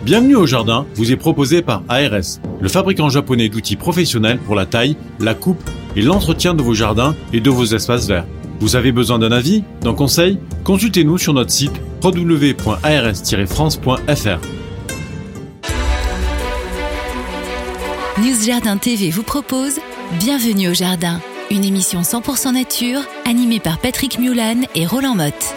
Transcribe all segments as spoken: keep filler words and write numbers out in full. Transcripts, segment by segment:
Bienvenue au jardin vous est proposé par A R S, le fabricant japonais d'outils professionnels pour la taille, la coupe et l'entretien de vos jardins et de vos espaces verts. Vous avez besoin d'un avis, d'un conseil? Consultez-nous sur notre site w w w point a r s tiret france point f r. News Jardin T V vous propose Bienvenue au Jardin, une émission cent pour cent nature animée par Patrick Mulan et Roland Motte.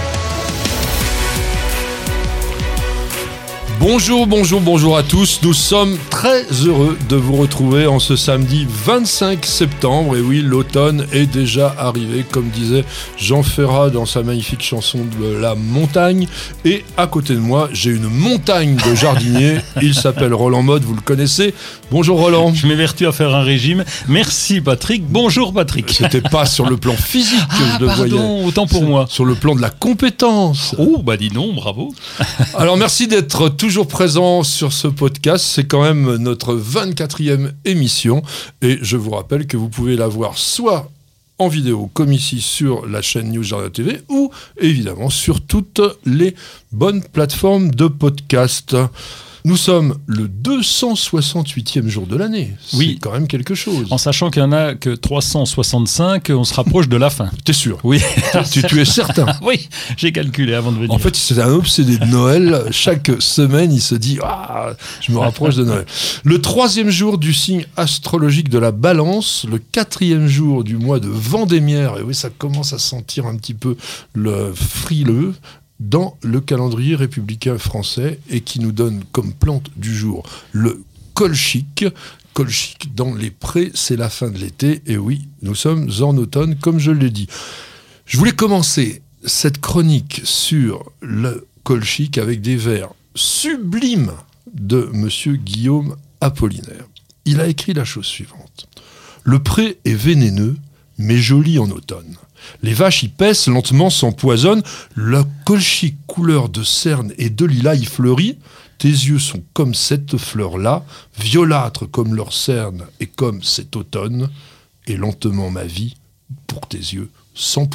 Bonjour, bonjour, bonjour à tous. Nous sommes très heureux de vous retrouver en ce samedi vingt-cinq septembre. Et oui, l'automne est déjà arrivé, comme disait Jean Ferrat dans sa magnifique chanson de la montagne. Et à côté de moi, j'ai une montagne de jardiniers. Il s'appelle Roland Motte, vous le connaissez. Bonjour Roland. Je m'évertue à faire un régime. Merci Patrick. Bonjour Patrick. C'était pas sur le plan physique que ah, je le pardon, voyais. Autant pour moi. Sur le plan de la compétence. Oh, bah dis non, bravo. Alors merci d'être toujours présent sur ce podcast, c'est quand même notre vingt-quatrième émission et je vous rappelle que vous pouvez la voir soit en vidéo comme ici sur la chaîne News Jardin T V ou évidemment sur toutes les bonnes plateformes de podcast. Nous sommes le deux cent soixante-huitième jour de l'année. C'est oui. quand même quelque chose. En sachant qu'il n'y en a que trois cent soixante-cinq, on se rapproche de la fin. T'es sûr? Oui. tu, tu es certain? Oui, j'ai calculé avant de venir. En fait, c'est un obsédé de Noël. Chaque semaine, il se dit « Ah, je me rapproche de Noël ». Le troisième jour du signe astrologique de la Balance, le quatrième jour du mois de Vendémiaire, et oui, ça commence à sentir un petit peu le frileux, dans le calendrier républicain français et qui nous donne comme plante du jour le colchique. Colchique dans les prés, c'est la fin de l'été. Et oui, nous sommes en automne, comme je l'ai dit. Je voulais commencer cette chronique sur le colchique avec des vers sublimes de monsieur Guillaume Apollinaire. Il a écrit la chose suivante. « Le pré est vénéneux, mais joli en automne. Les vaches y paissent, lentement s'empoisonnent. Le colchique couleur de cerne et de lilas y fleurit. Tes yeux sont comme cette fleur-là, violâtres comme leur cerne et comme cet automne. Et lentement ma vie, pour tes yeux, s'empoisonne. »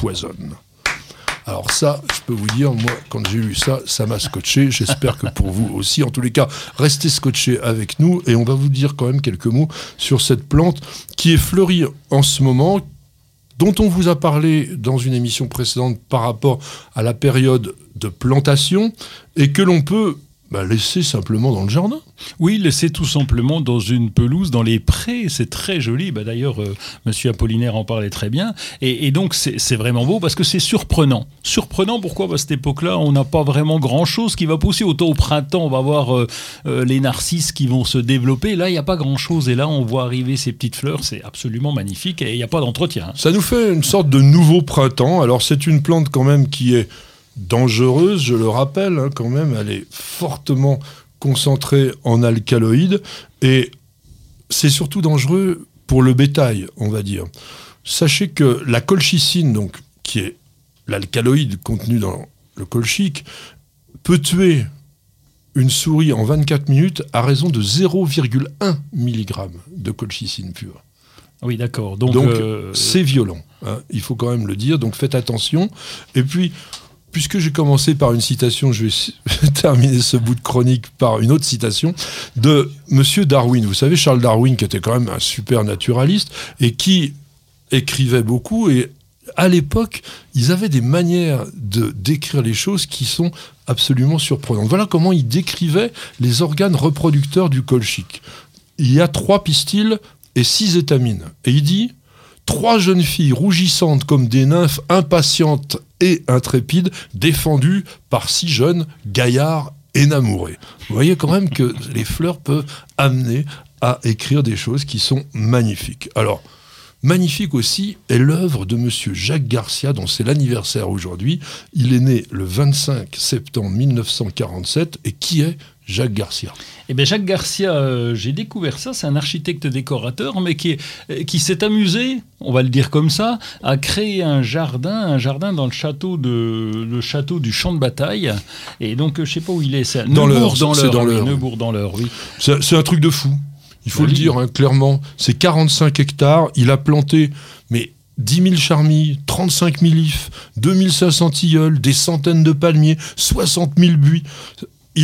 Alors ça, je peux vous dire, moi, quand j'ai lu ça, ça m'a scotché. J'espère que pour vous aussi. En tous les cas, restez scotchés avec nous et on va vous dire quand même quelques mots sur cette plante qui est fleurie en ce moment, dont on vous a parlé dans une émission précédente par rapport à la période de plantation, et que l'on peut bah, laisser simplement dans le jardin. Oui, laisser tout simplement dans une pelouse, dans les prés, c'est très joli. Bah, d'ailleurs, euh, monsieur Apollinaire en parlait très bien. Et, et donc, c'est, c'est vraiment beau parce que c'est surprenant. Surprenant, pourquoi? Parce qu'à cette époque-là, on n'a pas vraiment grand-chose qui va pousser. Autant au printemps, on va voir euh, euh, les narcisses qui vont se développer. Là, il n'y a pas grand-chose. Et là, on voit arriver ces petites fleurs. C'est absolument magnifique et il n'y a pas d'entretien. Hein. Ça nous fait une sorte de nouveau printemps. Alors, c'est une plante quand même qui est dangereuse, je le rappelle, hein, quand même. Elle est fortement concentrée en alcaloïdes et c'est surtout dangereux pour le bétail, on va dire. Sachez que la colchicine, donc, qui est l'alcaloïde contenu dans le colchique, peut tuer une souris en vingt-quatre minutes à raison de zéro virgule un milligrammes de colchicine pure. Oui, d'accord. Donc, donc euh... c'est violent, hein, il faut quand même le dire, donc faites attention. Et puis, puisque j'ai commencé par une citation, je vais terminer ce bout de chronique par une autre citation de monsieur Darwin. Vous savez, Charles Darwin, qui était quand même un super naturaliste et qui écrivait beaucoup. Et à l'époque, ils avaient des manières de décrire les choses qui sont absolument surprenantes. Voilà comment ils décrivaient les organes reproducteurs du colchique. Il y a trois pistils et six étamines. Et il dit... Trois jeunes filles rougissantes comme des nymphes impatientes et intrépides, défendues par six jeunes gaillards énamourés. Vous voyez quand même que les fleurs peuvent amener à écrire des choses qui sont magnifiques. Alors, magnifique aussi est l'œuvre de monsieur Jacques Garcia, dont c'est l'anniversaire aujourd'hui. Il est né le vingt-cinq septembre mille neuf cent quarante-sept. Et qui est Jacques Garcia? Eh bien, Jacques Garcia, euh, j'ai découvert ça, c'est un architecte décorateur, mais qui, est, qui s'est amusé, on va le dire comme ça, à créer un jardin, un jardin dans le château, de, le château du Champ de Bataille. Et donc, je ne sais pas où il est. C'est dans Neubourg dans c'est l'Eure. dans Oui, l'Eure. Neubourg dans l'Eure, oui. C'est, c'est un truc de fou. Il faut oui. le dire hein, clairement. C'est quarante-cinq hectares. Il a planté, mais dix mille charmilles, trente-cinq mille ifs, deux mille cinq cents tilleuls, des centaines de palmiers, soixante mille buis. Il a,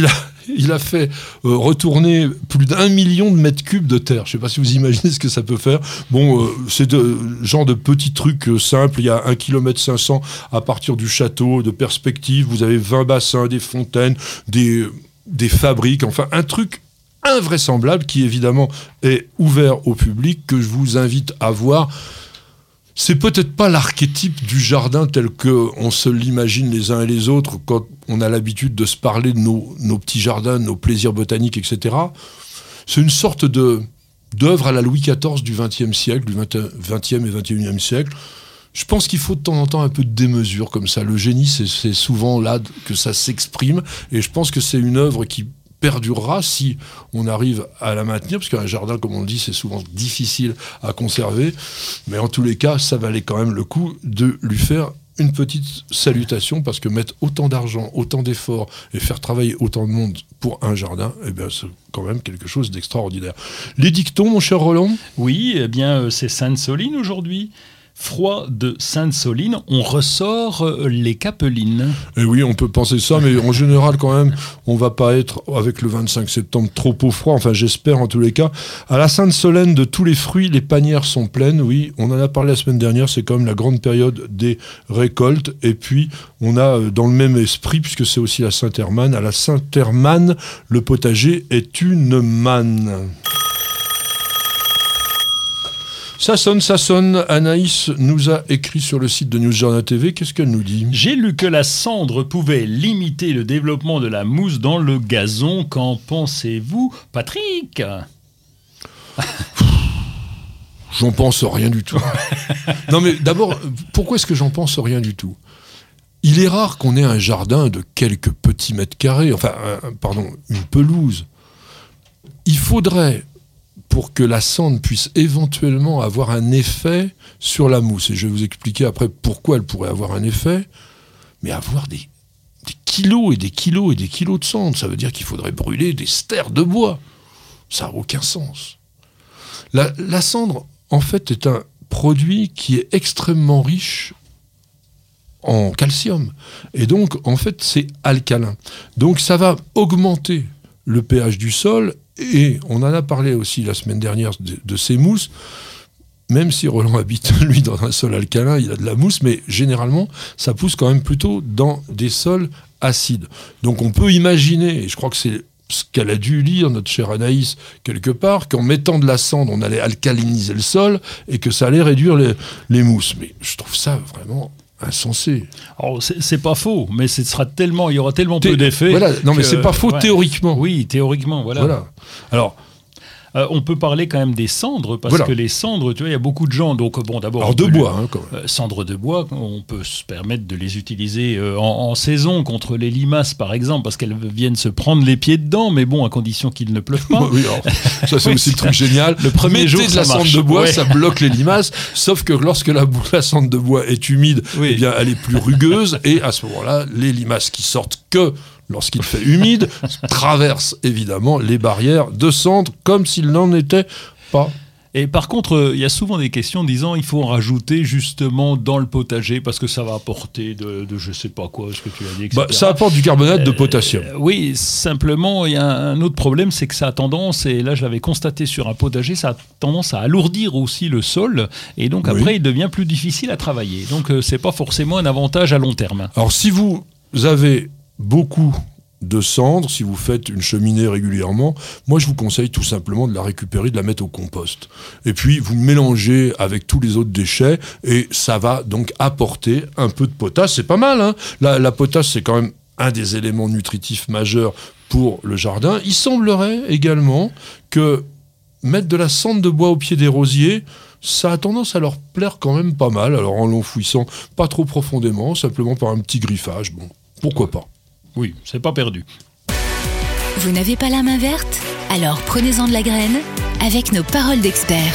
il a fait euh, retourner plus d'un million de mètres cubes de terre. Je ne sais pas si vous imaginez ce que ça peut faire. Bon, euh, c'est de genre de petits trucs euh, simples. Il y a un kilomètre cinq cents à partir du château, de perspective. Vous avez vingt bassins, des fontaines, des, des fabriques. Enfin, un truc invraisemblable qui, évidemment, est ouvert au public, que je vous invite à voir. C'est peut-être pas l'archétype du jardin tel qu'on se l'imagine les uns et les autres quand on a l'habitude de se parler de nos, nos petits jardins, nos plaisirs botaniques, et cetera. C'est une sorte de, d'œuvre à la Louis quatorze du vingtième siècle, du vingtième et vingt et unième siècle. Je pense qu'il faut de temps en temps un peu de démesure comme ça. Le génie, c'est, c'est souvent là que ça s'exprime. Et je pense que c'est une œuvre qui perdurera si on arrive à la maintenir, parce qu'un jardin, comme on le dit, c'est souvent difficile à conserver, mais en tous les cas, ça valait quand même le coup de lui faire une petite salutation, parce que mettre autant d'argent, autant d'efforts et faire travailler autant de monde pour un jardin, eh bien, c'est quand même quelque chose d'extraordinaire. Les dictons, mon cher Roland ? Oui, eh bien, c'est Sainte-Soline aujourd'hui. Froid de Sainte-Soline, on ressort les capelines. Et oui, on peut penser ça, mais en général, quand même, on va pas être, avec le vingt-cinq septembre, trop au froid. Enfin, j'espère, en tous les cas. À la Sainte-Solène, de tous les fruits, les panières sont pleines. Oui, on en a parlé la semaine dernière, c'est quand même la grande période des récoltes. Et puis, on a, dans le même esprit, puisque c'est aussi la Sainte-Hermane, à la Sainte-Hermane, le potager est une manne. Ça sonne, ça sonne. Anaïs nous a écrit sur le site de News Jardin T V. Qu'est-ce qu'elle nous dit ? J'ai lu que la cendre pouvait limiter le développement de la mousse dans le gazon. Qu'en pensez-vous, Patrick ? J'en pense rien du tout. Non mais d'abord, pourquoi est-ce que j'en pense rien du tout ? Il est rare qu'on ait un jardin de quelques petits mètres carrés, enfin, un, pardon, une pelouse. Il faudrait... pour que la cendre puisse éventuellement avoir un effet sur la mousse. Et je vais vous expliquer après pourquoi elle pourrait avoir un effet. Mais avoir des, des kilos et des kilos et des kilos de cendre, ça veut dire qu'il faudrait brûler des stères de bois. Ça n'a aucun sens. La, la cendre, en fait, est un produit qui est extrêmement riche en calcium. Et donc, en fait, c'est alcalin. Donc, ça va augmenter le pH du sol. Et on en a parlé aussi la semaine dernière de, de ces mousses. Même si Roland habite, lui, dans un sol alcalin, il a de la mousse, mais généralement, ça pousse quand même plutôt dans des sols acides. Donc on peut imaginer, et je crois que c'est ce qu'elle a dû lire, notre chère Anaïs, quelque part, qu'en mettant de la cendre, on allait alcaliniser le sol et que ça allait réduire les, les mousses. Mais je trouve ça vraiment... insensé. Alors, c'est, c'est pas faux, mais ce sera tellement, il y aura tellement Thé- peu d'effets. Voilà, non, que, mais c'est pas faux ouais. théoriquement. Oui, théoriquement, voilà. Voilà. Alors, Euh, on peut parler quand même des cendres, parce voilà. que les cendres, tu vois, il y a beaucoup de gens. Donc, bon, d'abord. Alors, de peut, bois, hein, quand même. Euh, cendres de bois, on peut se permettre de les utiliser euh, en, en saison contre les limaces, par exemple, parce qu'elles viennent se prendre les pieds dedans, mais bon, à condition qu'il ne pleuve pas. Oui, alors, ça, c'est Oui, aussi le ça- truc génial. le premier Mettez jour, de ça la cendre marche. de bois, Ouais. ça bloque les limaces. Sauf que lorsque la, la cendre de bois est humide, Oui. eh bien, elle est plus rugueuse. Et à ce moment-là, les limaces qui sortent que lorsqu'il fait humide traversent évidemment les barrières de cendre comme s'il n'en était pas. Et par contre, il y a souvent des questions disant il faut en rajouter justement dans le potager parce que ça va apporter de, de je sais pas quoi, ce que tu as dit, et cetera. Bah, ça apporte du carbonate de potassium. Euh, oui, simplement, il y a un autre problème, c'est que ça a tendance, et là je l'avais constaté sur un potager, ça a tendance à alourdir aussi le sol, et donc après Oui. il devient plus difficile à travailler. Donc euh, c'est pas forcément un avantage à long terme. Alors, si vous avez beaucoup de cendre, si vous faites une cheminée régulièrement, moi je vous conseille tout simplement de la récupérer, de la mettre au compost. Et puis vous mélangez avec tous les autres déchets et ça va donc apporter un peu de potasse. C'est pas mal, hein. La, la potasse, c'est quand même un des éléments nutritifs majeurs pour le jardin. Il semblerait également que mettre de la cendre de bois au pied des rosiers, ça a tendance à leur plaire quand même pas mal. Alors en l'enfouissant pas trop profondément, simplement par un petit griffage, bon, pourquoi pas. Oui, c'est pas perdu. Vous n'avez pas la main verte ? Alors prenez-en de la graine avec nos paroles d'experts.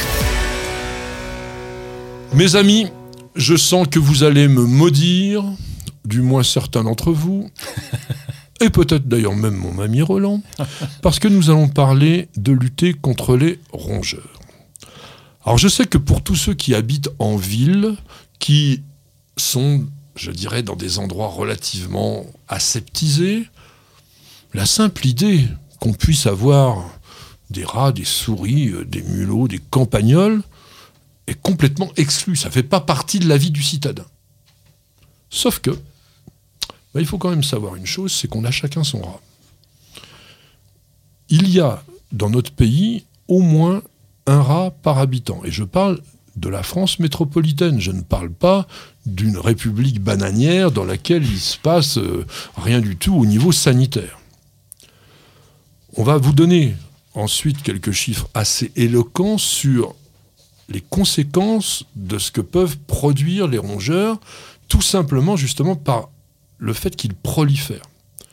Mes amis, je sens que vous allez me maudire, du moins certains d'entre vous, et peut-être d'ailleurs même mon ami Roland, parce que nous allons parler de lutter contre les rongeurs. Alors je sais que pour tous ceux qui habitent en ville, qui sont, je dirais, dans des endroits relativement aseptisés, La simple idée qu'on puisse avoir des rats, des souris, des mulots, des campagnols est complètement exclue. Ça ne fait pas partie de la vie du citadin. Sauf que, bah, il faut quand même savoir une chose, c'est qu'on a chacun son rat. Il y a dans notre pays au moins un rat par habitant. Et je parle de la France métropolitaine. Je ne parle pas d'une république bananière dans laquelle il se passe euh, rien du tout au niveau sanitaire. On va vous donner ensuite quelques chiffres assez éloquents sur les conséquences de ce que peuvent produire les rongeurs, tout simplement justement par le fait qu'ils prolifèrent.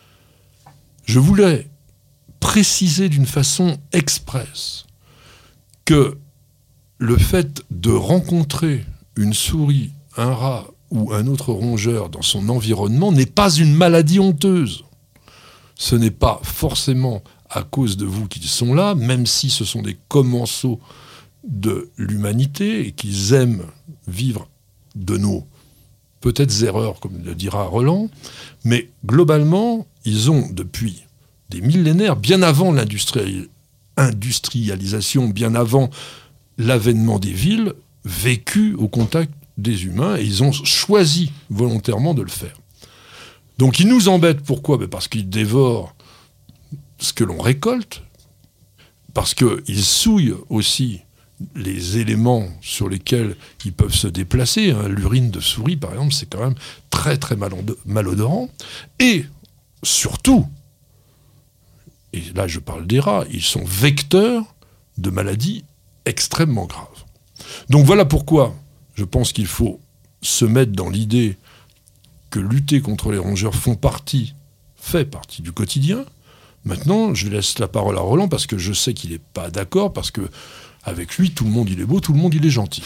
Je voulais préciser d'une façon expresse que le fait de rencontrer une souris, un rat ou un autre rongeur dans son environnement n'est pas une maladie honteuse. Ce n'est pas forcément à cause de vous qu'ils sont là, même si ce sont des commensaux de l'humanité et qu'ils aiment vivre de nos peut-être erreurs, comme le dira Roland, mais globalement, ils ont depuis des millénaires, bien avant l'industrialisation, bien avant l'avènement des villes, vécu au contact des humains et ils ont choisi volontairement de le faire. Donc ils nous embêtent, pourquoi ? Ben parce qu'ils dévorent ce que l'on récolte, parce qu'ils souillent aussi les éléments sur lesquels ils peuvent se déplacer. Hein. L'urine de souris, par exemple, c'est quand même très très malodorant. Et surtout, et là je parle des rats, ils sont vecteurs de maladies extrêmement graves. Donc voilà pourquoi je pense qu'il faut se mettre dans l'idée que lutter contre les rongeurs font partie, fait partie du quotidien. Maintenant, je laisse la parole à Roland parce que je sais qu'il n'est pas d'accord, parce que avec lui, tout le monde il est beau, tout le monde il est gentil.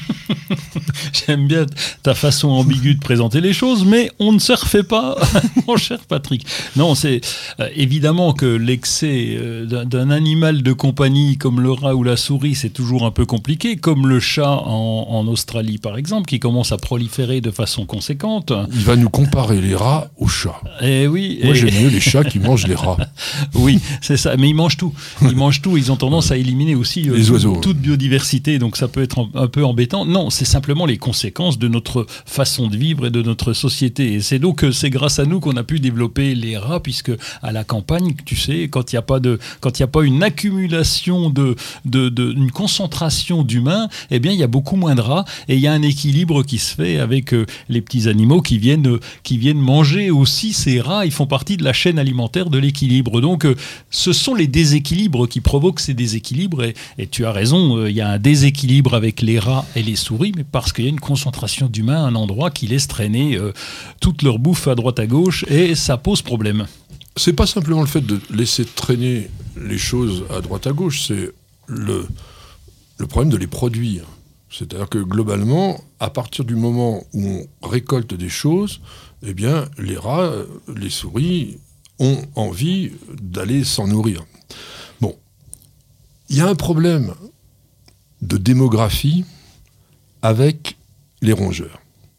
J'aime bien ta façon ambiguë de présenter les choses, mais on ne se refait pas, mon cher Patrick. Non, c'est euh, évidemment que l'excès euh, d'un, d'un animal de compagnie comme le rat ou la souris, c'est toujours un peu compliqué, comme le chat en, en Australie, par exemple, qui commence à proliférer de façon conséquente. Il va nous comparer les rats aux chats. Et oui. Moi, et... j'aime mieux les chats qui mangent les rats. Oui, c'est ça. Mais ils mangent tout. Ils mangent tout. Ils ont tendance à éliminer aussi euh, les oiseaux. Toute biodiversité, donc ça peut être un, un peu embêtant. Non, c'est simplement les conséquences de notre façon de vivre et de notre société. Et c'est donc que c'est grâce à nous qu'on a pu développer les rats, puisque à la campagne, tu sais, quand il n'y a pas de, quand il n'y a pas une accumulation de, de, de, une concentration d'humains, eh bien il y a beaucoup moins de rats et il y a un équilibre qui se fait avec euh, les petits animaux qui viennent, euh, qui viennent manger aussi ces rats. Ils font partie de la chaîne alimentaire de l'équilibre. Donc euh, ce sont les déséquilibres qui provoquent ces déséquilibres. Et, et tu as raison, il euh, y a un déséquilibre avec les rats et les souris, mais parce qu'il y a une concentration d'humains à un endroit qui laisse traîner euh, toute leur bouffe à droite à gauche et ça pose problème. C'est pas simplement le fait de laisser traîner les choses à droite à gauche, c'est le, le problème de les produire. C'est-à-dire que globalement, à partir du moment où on récolte des choses, eh bien, les rats, les souris ont envie d'aller s'en nourrir. Bon, il y a un problème de démographie avec les rongeurs.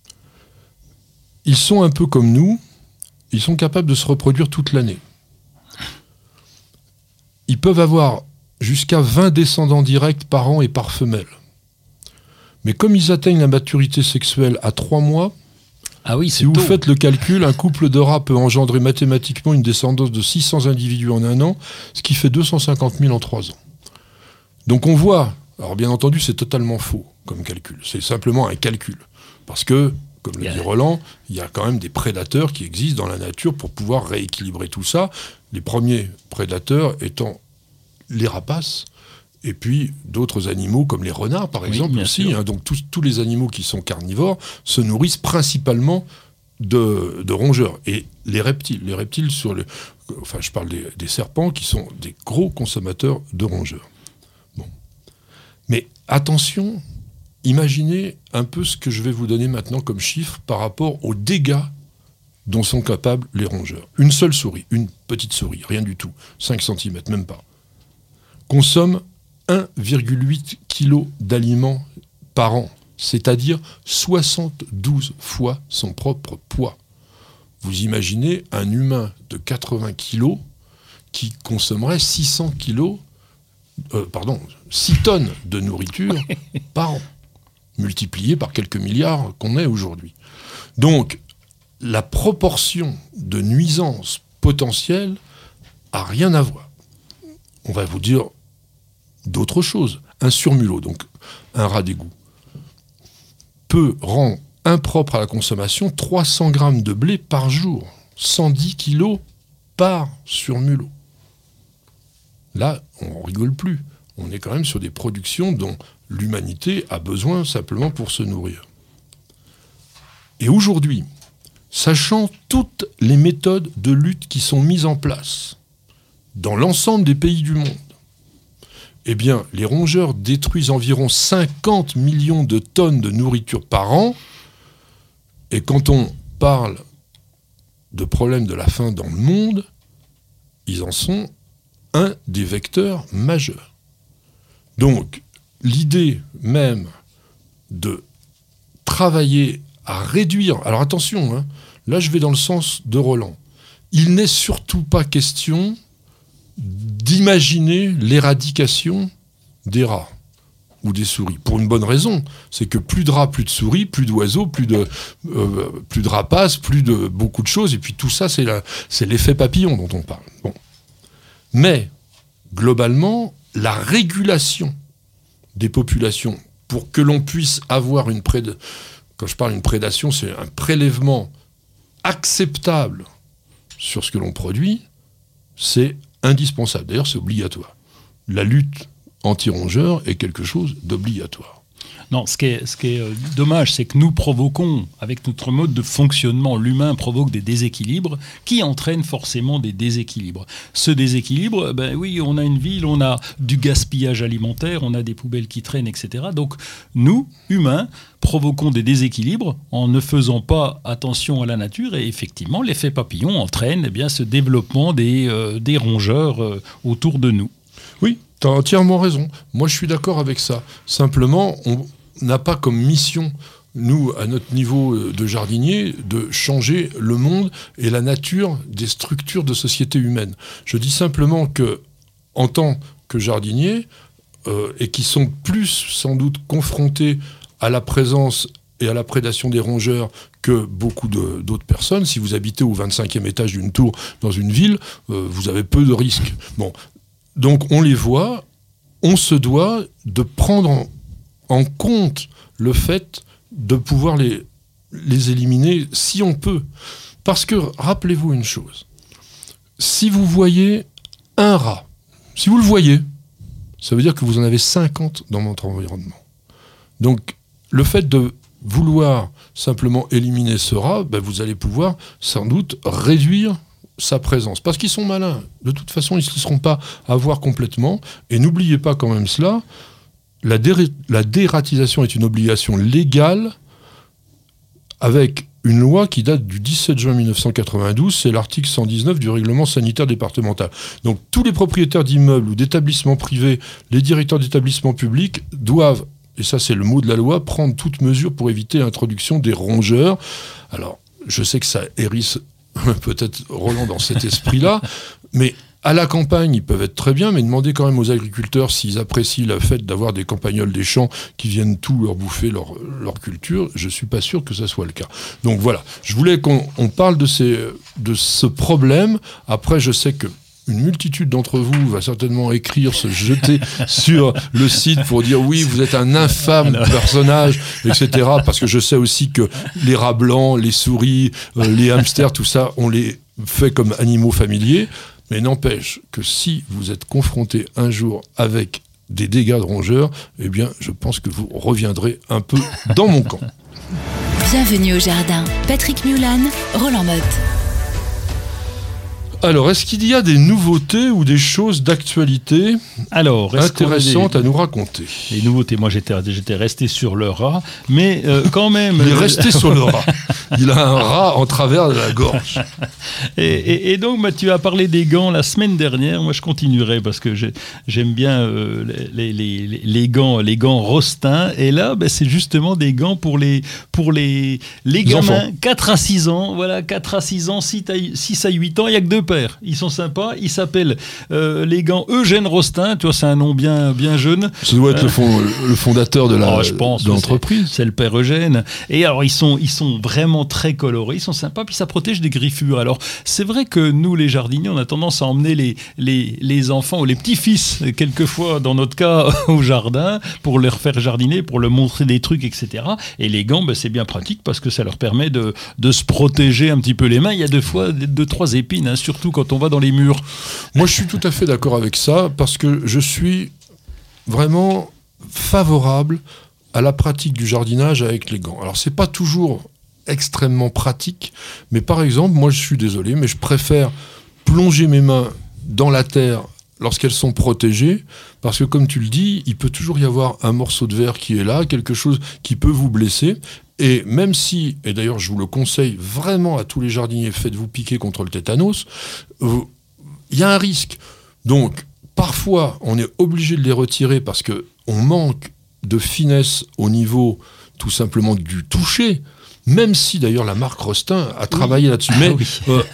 Ils sont un peu comme nous, ils sont capables de se reproduire toute l'année. Ils peuvent avoir jusqu'à vingt descendants directs par an et par femelle. Mais comme ils atteignent la maturité sexuelle à trois mois, ah oui, si vous tôt. faites le calcul, un couple de rats peut engendrer mathématiquement une descendance de six cents individus en un an, ce qui fait deux cent cinquante mille en trois ans. Donc on voit, alors bien entendu c'est totalement faux comme calcul, c'est simplement un calcul. Parce que, comme le dit Roland, il y a quand même des prédateurs qui existent dans la nature pour pouvoir rééquilibrer tout ça. Les premiers prédateurs étant les rapaces, et puis d'autres animaux comme les renards par exemple oui, aussi. Hein, donc tous, tous les animaux qui sont carnivores se nourrissent principalement de, de rongeurs. Et les reptiles, les reptiles sur le, enfin je parle des, des serpents qui sont des gros consommateurs de rongeurs. Bon. Mais attention, imaginez un peu ce que je vais vous donner maintenant comme chiffre par rapport aux dégâts dont sont capables les rongeurs. Une seule souris, une petite souris, rien du tout, cinq centimètres, même pas, consomme un virgule huit kilos d'aliments par an, c'est-à-dire soixante-douze fois son propre poids. Vous imaginez un humain de quatre-vingts kilos qui consommerait six cents kilos, euh, pardon, six tonnes de nourriture par an, multiplié par quelques milliards qu'on est aujourd'hui. Donc, la proportion de nuisances potentielles a rien à voir. On va vous dire d'autres choses. Un surmulot, donc un rat d'égout, peut rendre impropre à la consommation trois cents grammes de blé par jour, cent dix kilos par surmulot. Là, on ne rigole plus. On est quand même sur des productions dont l'humanité a besoin simplement pour se nourrir. Et aujourd'hui, sachant toutes les méthodes de lutte qui sont mises en place dans l'ensemble des pays du monde, eh bien, les rongeurs détruisent environ cinquante millions de tonnes de nourriture par an. Et quand on parle de problème de la faim dans le monde, ils en sont un des vecteurs majeurs. Donc, l'idée même de travailler à réduire... Alors attention, hein, là je vais dans le sens de Roland. Il n'est surtout pas question d'imaginer l'éradication des rats ou des souris. Pour une bonne raison, c'est que plus de rats, plus de souris, plus d'oiseaux, plus de, euh, plus de rapaces, plus de beaucoup de choses, et puis tout ça, c'est, la, c'est l'effet papillon dont on parle. Bon. Mais, globalement, la régulation des populations pour que l'on puisse avoir une prédation, quand je parle d'une prédation, c'est un prélèvement acceptable sur ce que l'on produit, c'est indispensable. D'ailleurs, c'est obligatoire. La lutte anti-rongeur est quelque chose d'obligatoire. Non, ce qui est, ce qui est euh, dommage, c'est que nous provoquons, avec notre mode de fonctionnement, l'humain provoque des déséquilibres qui entraînent forcément des déséquilibres. Ce déséquilibre, ben oui, on a une ville, on a du gaspillage alimentaire, on a des poubelles qui traînent, et cetera. Donc, nous, humains, provoquons des déséquilibres en ne faisant pas attention à la nature, et effectivement, l'effet papillon entraîne eh bien, ce développement des, euh, des rongeurs euh, autour de nous. Oui, tu as entièrement raison. Moi, je suis d'accord avec ça. Simplement, on n'a pas comme mission, nous, à notre niveau de jardinier, de changer le monde et la nature des structures de société humaine. Je dis simplement que, en tant que jardinier, euh, et qui sont plus, sans doute, confrontés à la présence et à la prédation des rongeurs que beaucoup de, d'autres personnes, si vous habitez au vingt-cinquième étage d'une tour dans une ville, euh, vous avez peu de risques. Bon. Donc on les voit, on se doit de prendre en, en compte le fait de pouvoir les, les éliminer si on peut. Parce que, rappelez-vous une chose, si vous voyez un rat, si vous le voyez, ça veut dire que vous en avez cinquante dans votre environnement. Donc le fait de vouloir simplement éliminer ce rat, ben, vous allez pouvoir sans doute réduire sa présence. Parce qu'ils sont malins. De toute façon, ils ne se laisseront pas avoir complètement. Et n'oubliez pas quand même cela, la, dé- la dératisation est une obligation légale avec une loi qui date du dix-sept juin mille neuf cent quatre-vingt-douze, c'est l'article cent dix-neuf du règlement sanitaire départemental. Donc tous les propriétaires d'immeubles ou d'établissements privés, les directeurs d'établissements publics doivent, et ça c'est le mot de la loi, prendre toute mesure pour éviter l'introduction des rongeurs. Alors, je sais que ça hérisse peut-être Roland dans cet esprit-là, mais à la campagne, ils peuvent être très bien, mais demandez quand même aux agriculteurs s'ils apprécient le fait d'avoir des campagnols des champs qui viennent tout leur bouffer leur, leur culture. Je ne suis pas sûr que ça soit le cas. Donc voilà, je voulais qu'on on parle de, ces, de ce problème. Après, je sais que une multitude d'entre vous va certainement écrire, se jeter sur le site pour dire oui, vous êtes un infâme Alors... personnage, et cetera. Parce que je sais aussi que les rats blancs, les souris, euh, les hamsters, tout ça, on les fait comme animaux familiers. Mais n'empêche que si vous êtes confronté un jour avec des dégâts de rongeurs, eh bien, je pense que vous reviendrez un peu dans mon camp. Bienvenue au jardin. Patrick Mulan, Roland Motte. Alors, est-ce qu'il y a des nouveautés ou des choses d'actualité Alors, intéressantes des... à nous raconter? Les nouveautés, moi j'étais, j'étais resté sur le rat, mais euh, quand même... Il est resté sur le rat. Il a un rat en travers de la gorge. Et, et, et donc, bah, tu as parlé des gants la semaine dernière. Moi, je continuerai parce que j'ai, j'aime bien euh, les, les, les, les gants, les gants Rostin. Et là, bah, c'est justement des gants pour les, pour les, les gamins, quatre à six ans. Voilà, quatre à six ans, six à huit ans. Il n'y a que deux père. Ils sont sympas. Ils s'appellent euh, les gants Eugène Rostin. Tu vois, c'est un nom bien, bien jeune. Ça doit être euh, le, fond, le fondateur de, la, oh, je pense de l'entreprise. C'est, c'est le père Eugène. Et alors, ils sont, ils sont vraiment très colorés. Ils sont sympas. Puis ça protège des griffures. Alors, c'est vrai que nous, les jardiniers, on a tendance à emmener les, les, les enfants ou les petits-fils, quelquefois, dans notre cas, au jardin, pour leur faire jardiner, pour leur montrer des trucs, et cetera. Et les gants, ben, c'est bien pratique parce que ça leur permet de, de se protéger un petit peu les mains. Il y a deux fois deux, trois épines, hein, surtout quand on va dans les murs. Moi, je suis tout à fait d'accord avec ça parce que je suis vraiment favorable à la pratique du jardinage avec les gants. Alors, c'est pas toujours extrêmement pratique, mais par exemple, moi, je suis désolé, mais je préfère plonger mes mains dans la terre lorsqu'elles sont protégées, parce que comme tu le dis, il peut toujours y avoir un morceau de verre qui est là, quelque chose qui peut vous blesser, et même si, et d'ailleurs je vous le conseille vraiment à tous les jardiniers, faites-vous piquer contre le tétanos, il euh, y a un risque. Donc, parfois, on est obligé de les retirer parce qu'on manque de finesse au niveau, tout simplement, du toucher, même si d'ailleurs la marque Rostin a travaillé oui. là-dessus. Mais ah oui. euh,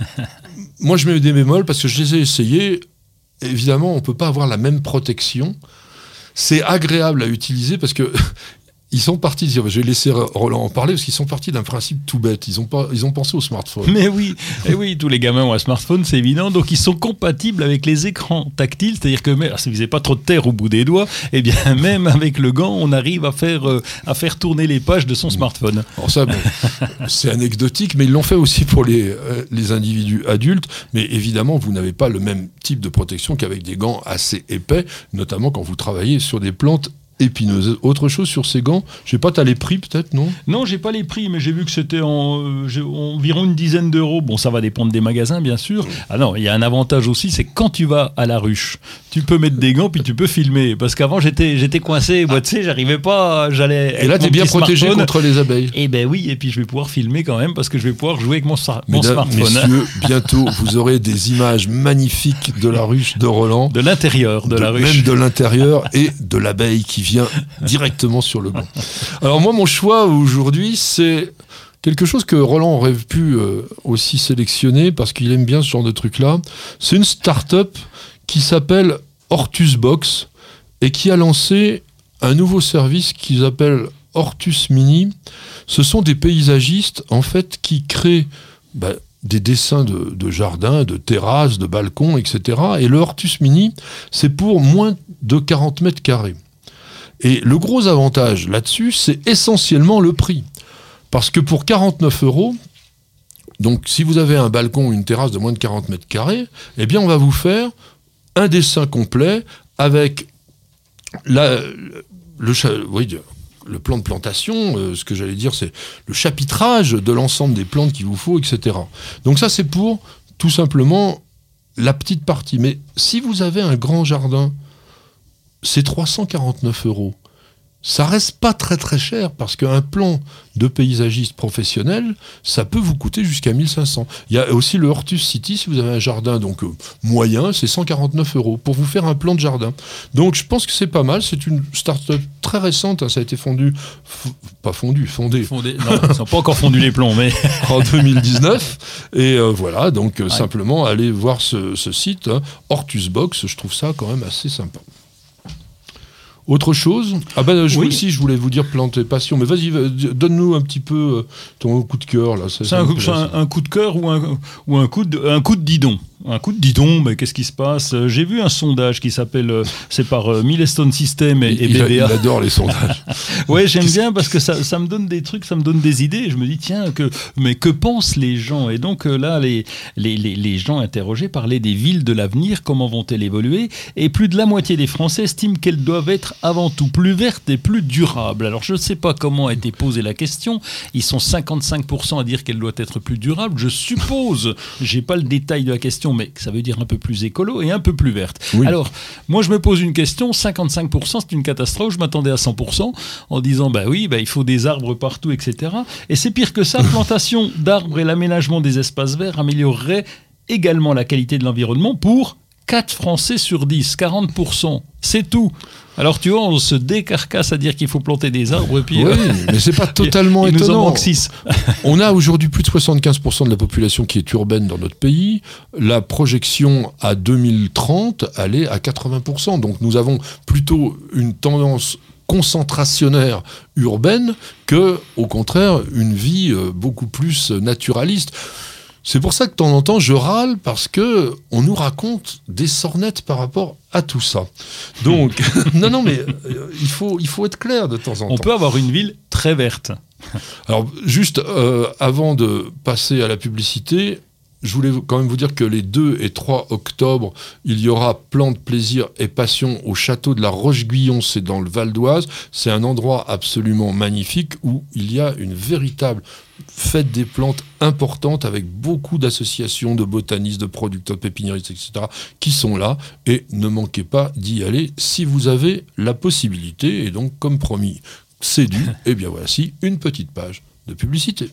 moi je mets des bémols parce que je les ai essayés. Évidemment, on ne peut pas avoir la même protection. C'est agréable à utiliser parce que ils sont partis, je vais laisser Roland en parler, parce qu'ils sont partis d'un principe tout bête. Ils ont, pas, ils ont pensé au smartphone. Mais oui, et oui, tous les gamins ont un smartphone, c'est évident. Donc, ils sont compatibles avec les écrans tactiles. C'est-à-dire que, mais, si vous n'avez pas trop de terre au bout des doigts, eh bien, même avec le gant, on arrive à faire, euh, à faire tourner les pages de son smartphone. Alors ça, bon, c'est anecdotique, mais ils l'ont fait aussi pour les, euh, les individus adultes. Mais évidemment, vous n'avez pas le même type de protection qu'avec des gants assez épais, notamment quand vous travaillez sur des plantes épineuse. Autre chose sur ces gants, je sais pas, tu as les prix peut-être, non ? Non, j'ai pas les prix, mais j'ai vu que c'était en, euh, j'ai environ une dizaine d'euros. Bon, ça va dépendre des magasins, bien sûr. Ah non, il y a un avantage aussi, c'est quand tu vas à la ruche, tu peux mettre des gants puis tu peux filmer. Parce qu'avant, j'étais, j'étais coincé, moi, tu sais, j'arrivais pas, j'allais. Et là, tu es bien protégé smartphone. Contre les abeilles. Eh ben oui, et puis je vais pouvoir filmer quand même parce que je vais pouvoir jouer avec mon, mon Mesdames, smartphone. Messieurs, bientôt, vous aurez des images magnifiques de la ruche de Roland. De l'intérieur de, de la ruche. Même de l'intérieur et de l'abeille qui vient directement sur le gant. Alors moi, mon choix aujourd'hui, c'est quelque chose que Roland aurait pu euh, aussi sélectionner parce qu'il aime bien ce genre de truc-là. C'est une start-up qui s'appelle Hortus Box et qui a lancé un nouveau service qu'ils appellent Hortus Mini. Ce sont des paysagistes, en fait, qui créent bah, des dessins de, de jardins, de terrasses, de balcons, et cetera. Et le Hortus Mini, c'est pour moins de quarante mètres carrés. Et le gros avantage là-dessus, c'est essentiellement le prix. Parce que pour quarante-neuf euros, donc si vous avez un balcon ou une terrasse de moins de quarante mètres carrés, eh bien on va vous faire un dessin complet avec la, le, oui, le plan de plantation, euh, ce que j'allais dire, c'est le chapitrage de l'ensemble des plantes qu'il vous faut, et cetera. Donc ça, c'est pour tout simplement la petite partie. Mais si vous avez un grand jardin, c'est trois cent quarante-neuf euros. Ça reste pas très très cher parce qu'un plan de paysagiste professionnel, ça peut vous coûter jusqu'à mille cinq cents. Il y a aussi le Hortus City, si vous avez un jardin donc euh, moyen, c'est cent quarante-neuf euros pour vous faire un plan de jardin. Donc je pense que c'est pas mal, c'est une start-up très récente, hein, ça a été fondu, f- pas fondu, fondé. Fondé, non, ils n'ont pas encore fondu les plombs, mais... en deux mille dix-neuf. Et euh, voilà, donc euh, ouais. Simplement allez voir ce, ce site, hein, Hortus Box, je trouve ça quand même assez sympa. Autre chose ? Ah ben je oui. aussi, je voulais vous dire Plantes et Passion, mais vas-y, donne-nous un petit peu ton coup de cœur là. Ça, c'est ça un, coup, un, un coup de cœur ou un ou un coup de un coup de didon. Un coup de didon, mais qu'est-ce qui se passe ? J'ai vu un sondage qui s'appelle, c'est par euh, Milestone System et, et B B A. Il, il adore les sondages. Ouais, j'aime bien parce que ça, ça me donne des trucs, ça me donne des idées. Et je me dis tiens, que mais que pensent les gens ? Et donc là, les, les les les gens interrogés parlaient des villes de l'avenir, comment vont-elles évoluer ? Et plus de la moitié des Français estiment qu'elles doivent être avant tout plus vertes et plus durables. Alors je ne sais pas comment a été posée la question. Ils sont cinquante-cinq pour cent à dire qu'elle doit être plus durable. Je suppose, j'ai pas le détail de la question, mais ça veut dire un peu plus écolo et un peu plus verte. Oui. Alors, moi je me pose une question, cinquante-cinq pour cent c'est une catastrophe, je m'attendais à cent pour cent en disant bah oui, bah, il faut des arbres partout, et cetera. Et c'est pire que ça, plantation d'arbres et l'aménagement des espaces verts améliorerait également la qualité de l'environnement pour quatre Français sur dix, quarante pour cent. C'est tout. Alors tu vois, on se décarcasse à dire qu'il faut planter des arbres. Et puis, oui, euh, mais c'est pas totalement il, il étonnant. nous en manque six. On a aujourd'hui plus de soixante-quinze pour cent de la population qui est urbaine dans notre pays. La projection à deux mille trente, elle est à quatre-vingts pour cent. Donc nous avons plutôt une tendance concentrationnaire urbaine que, au contraire, une vie beaucoup plus naturaliste. C'est pour ça que de temps en temps, je râle parce que on nous raconte des sornettes par rapport à tout ça. Donc, non, non, mais euh, il faut, il faut être clair de temps en on temps. On peut avoir une ville très verte. Alors, juste euh, avant de passer à la publicité, je voulais quand même vous dire que les deux et trois octobre, il y aura Plantes, Plaisir et Passion au château de la Roche-Guyon, c'est dans le Val d'Oise. C'est un endroit absolument magnifique où il y a une véritable fête des plantes importante avec beaucoup d'associations, de botanistes, de producteurs, de pépiniéristes, et cetera qui sont là. Et ne manquez pas d'y aller si vous avez la possibilité. Et donc, comme promis, c'est dû. Et bien voici une petite page de publicité.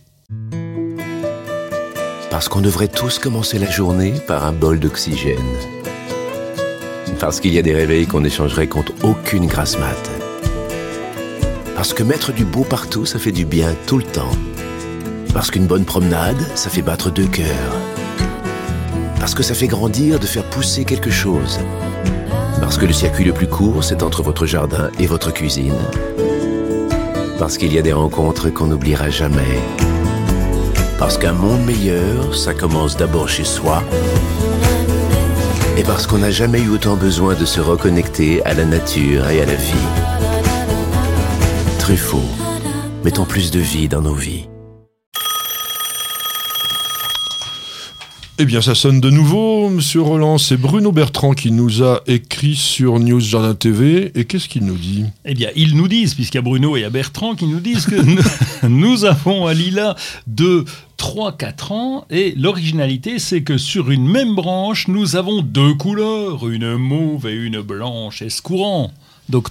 Parce qu'on devrait tous commencer la journée par un bol d'oxygène. Parce qu'il y a des réveils qu'on échangerait contre aucune grasse mat. Parce que mettre du beau partout, ça fait du bien tout le temps. Parce qu'une bonne promenade, ça fait battre deux cœurs. Parce que ça fait grandir de faire pousser quelque chose. Parce que le circuit le plus court, c'est entre votre jardin et votre cuisine. Parce qu'il y a des rencontres qu'on n'oubliera jamais. Parce qu'un monde meilleur, ça commence d'abord chez soi. Et parce qu'on n'a jamais eu autant besoin de se reconnecter à la nature et à la vie. Truffaut, mettons plus de vie dans nos vies. Eh bien, ça sonne de nouveau, Monsieur Roland. C'est Bruno Bertrand qui nous a écrit sur News Jardin T V. Et qu'est-ce qu'il nous dit ? Eh bien, ils nous disent, puisqu'il y a Bruno et il y a Bertrand qui nous disent que nous, nous avons un lilas de trois à quatre ans. Et l'originalité, c'est que sur une même branche, nous avons deux couleurs, une mauve et une blanche. Est-ce courant, docteur ?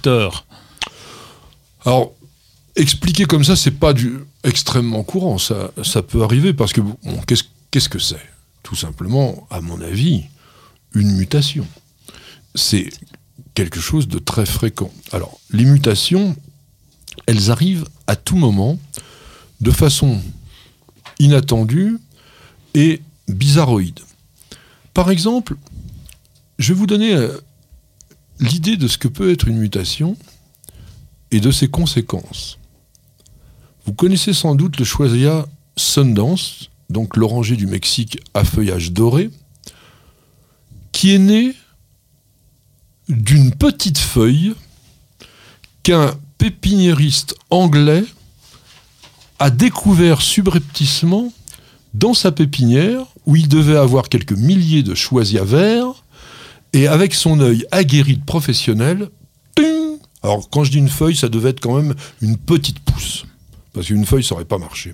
Alors, expliquer comme ça, c'est pas du extrêmement courant. Ça, ça peut arriver parce que, bon, qu'est-ce, qu'est-ce que c'est ? Tout simplement, à mon avis, une mutation. C'est quelque chose de très fréquent. Alors, les mutations, elles arrivent à tout moment, de façon inattendue et bizarroïde. Par exemple, je vais vous donner euh, l'idée de ce que peut être une mutation et de ses conséquences. Vous connaissez sans doute le Schwazia Sundance, donc l'oranger du Mexique à feuillage doré, qui est né d'une petite feuille qu'un pépiniériste anglais a découvert subrepticement dans sa pépinière, où il devait avoir quelques milliers de Schwazia verts, et avec son œil aguerri de professionnel, ting, alors quand je dis une feuille, ça devait être quand même une petite pousse, parce qu'une feuille, ça n'aurait pas marché.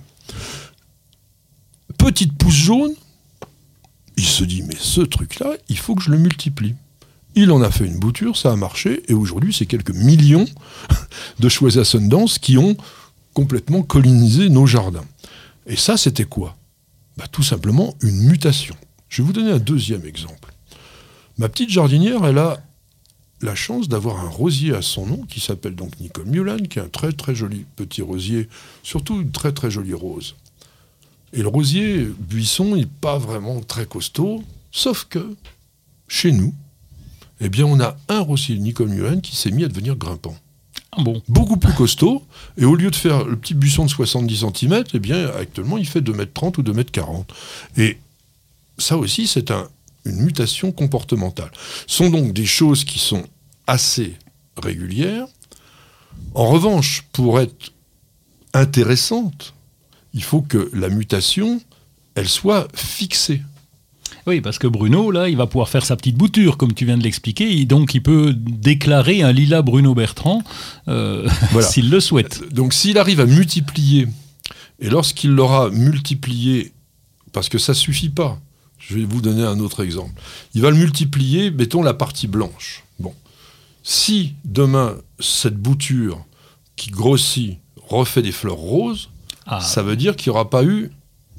Petite pousse jaune, il se dit, mais ce truc-là, il faut que je le multiplie. Il en a fait une bouture, ça a marché, et aujourd'hui, c'est quelques millions de Schwazia Sundance qui ont complètement colonisé nos jardins. Et ça, c'était quoi ? Bah, tout simplement une mutation. Je vais vous donner un deuxième exemple. Ma petite jardinière, elle a la chance d'avoir un rosier à son nom, qui s'appelle donc Nicole Mulan, qui est un très très joli petit rosier, surtout une très très jolie rose. Et le rosier buisson, il n'est pas vraiment très costaud, sauf que, chez nous, eh bien, on a un rosier Nicole Mulan qui s'est mis à devenir grimpant. Ah bon ? Beaucoup plus costaud, et au lieu de faire le petit buisson de soixante-dix centimètres, eh bien, actuellement, il fait deux mètres trente ou deux mètres quarante. Et ça aussi, c'est un, une mutation comportementale. Ce sont donc des choses qui sont assez régulières. En revanche, pour être intéressantes, il faut que la mutation, elle soit fixée. Oui, parce que Bruno, là, il va pouvoir faire sa petite bouture, comme tu viens de l'expliquer, et donc il peut déclarer un lilas Bruno Bertrand, euh, voilà. S'il le souhaite. Donc s'il arrive à multiplier, et lorsqu'il l'aura multiplié, parce que ça ne suffit pas, je vais vous donner un autre exemple, il va le multiplier, mettons la partie blanche. Bon, si demain, cette bouture qui grossit refait des fleurs roses, ah. ça veut dire qu'il n'y aura pas eu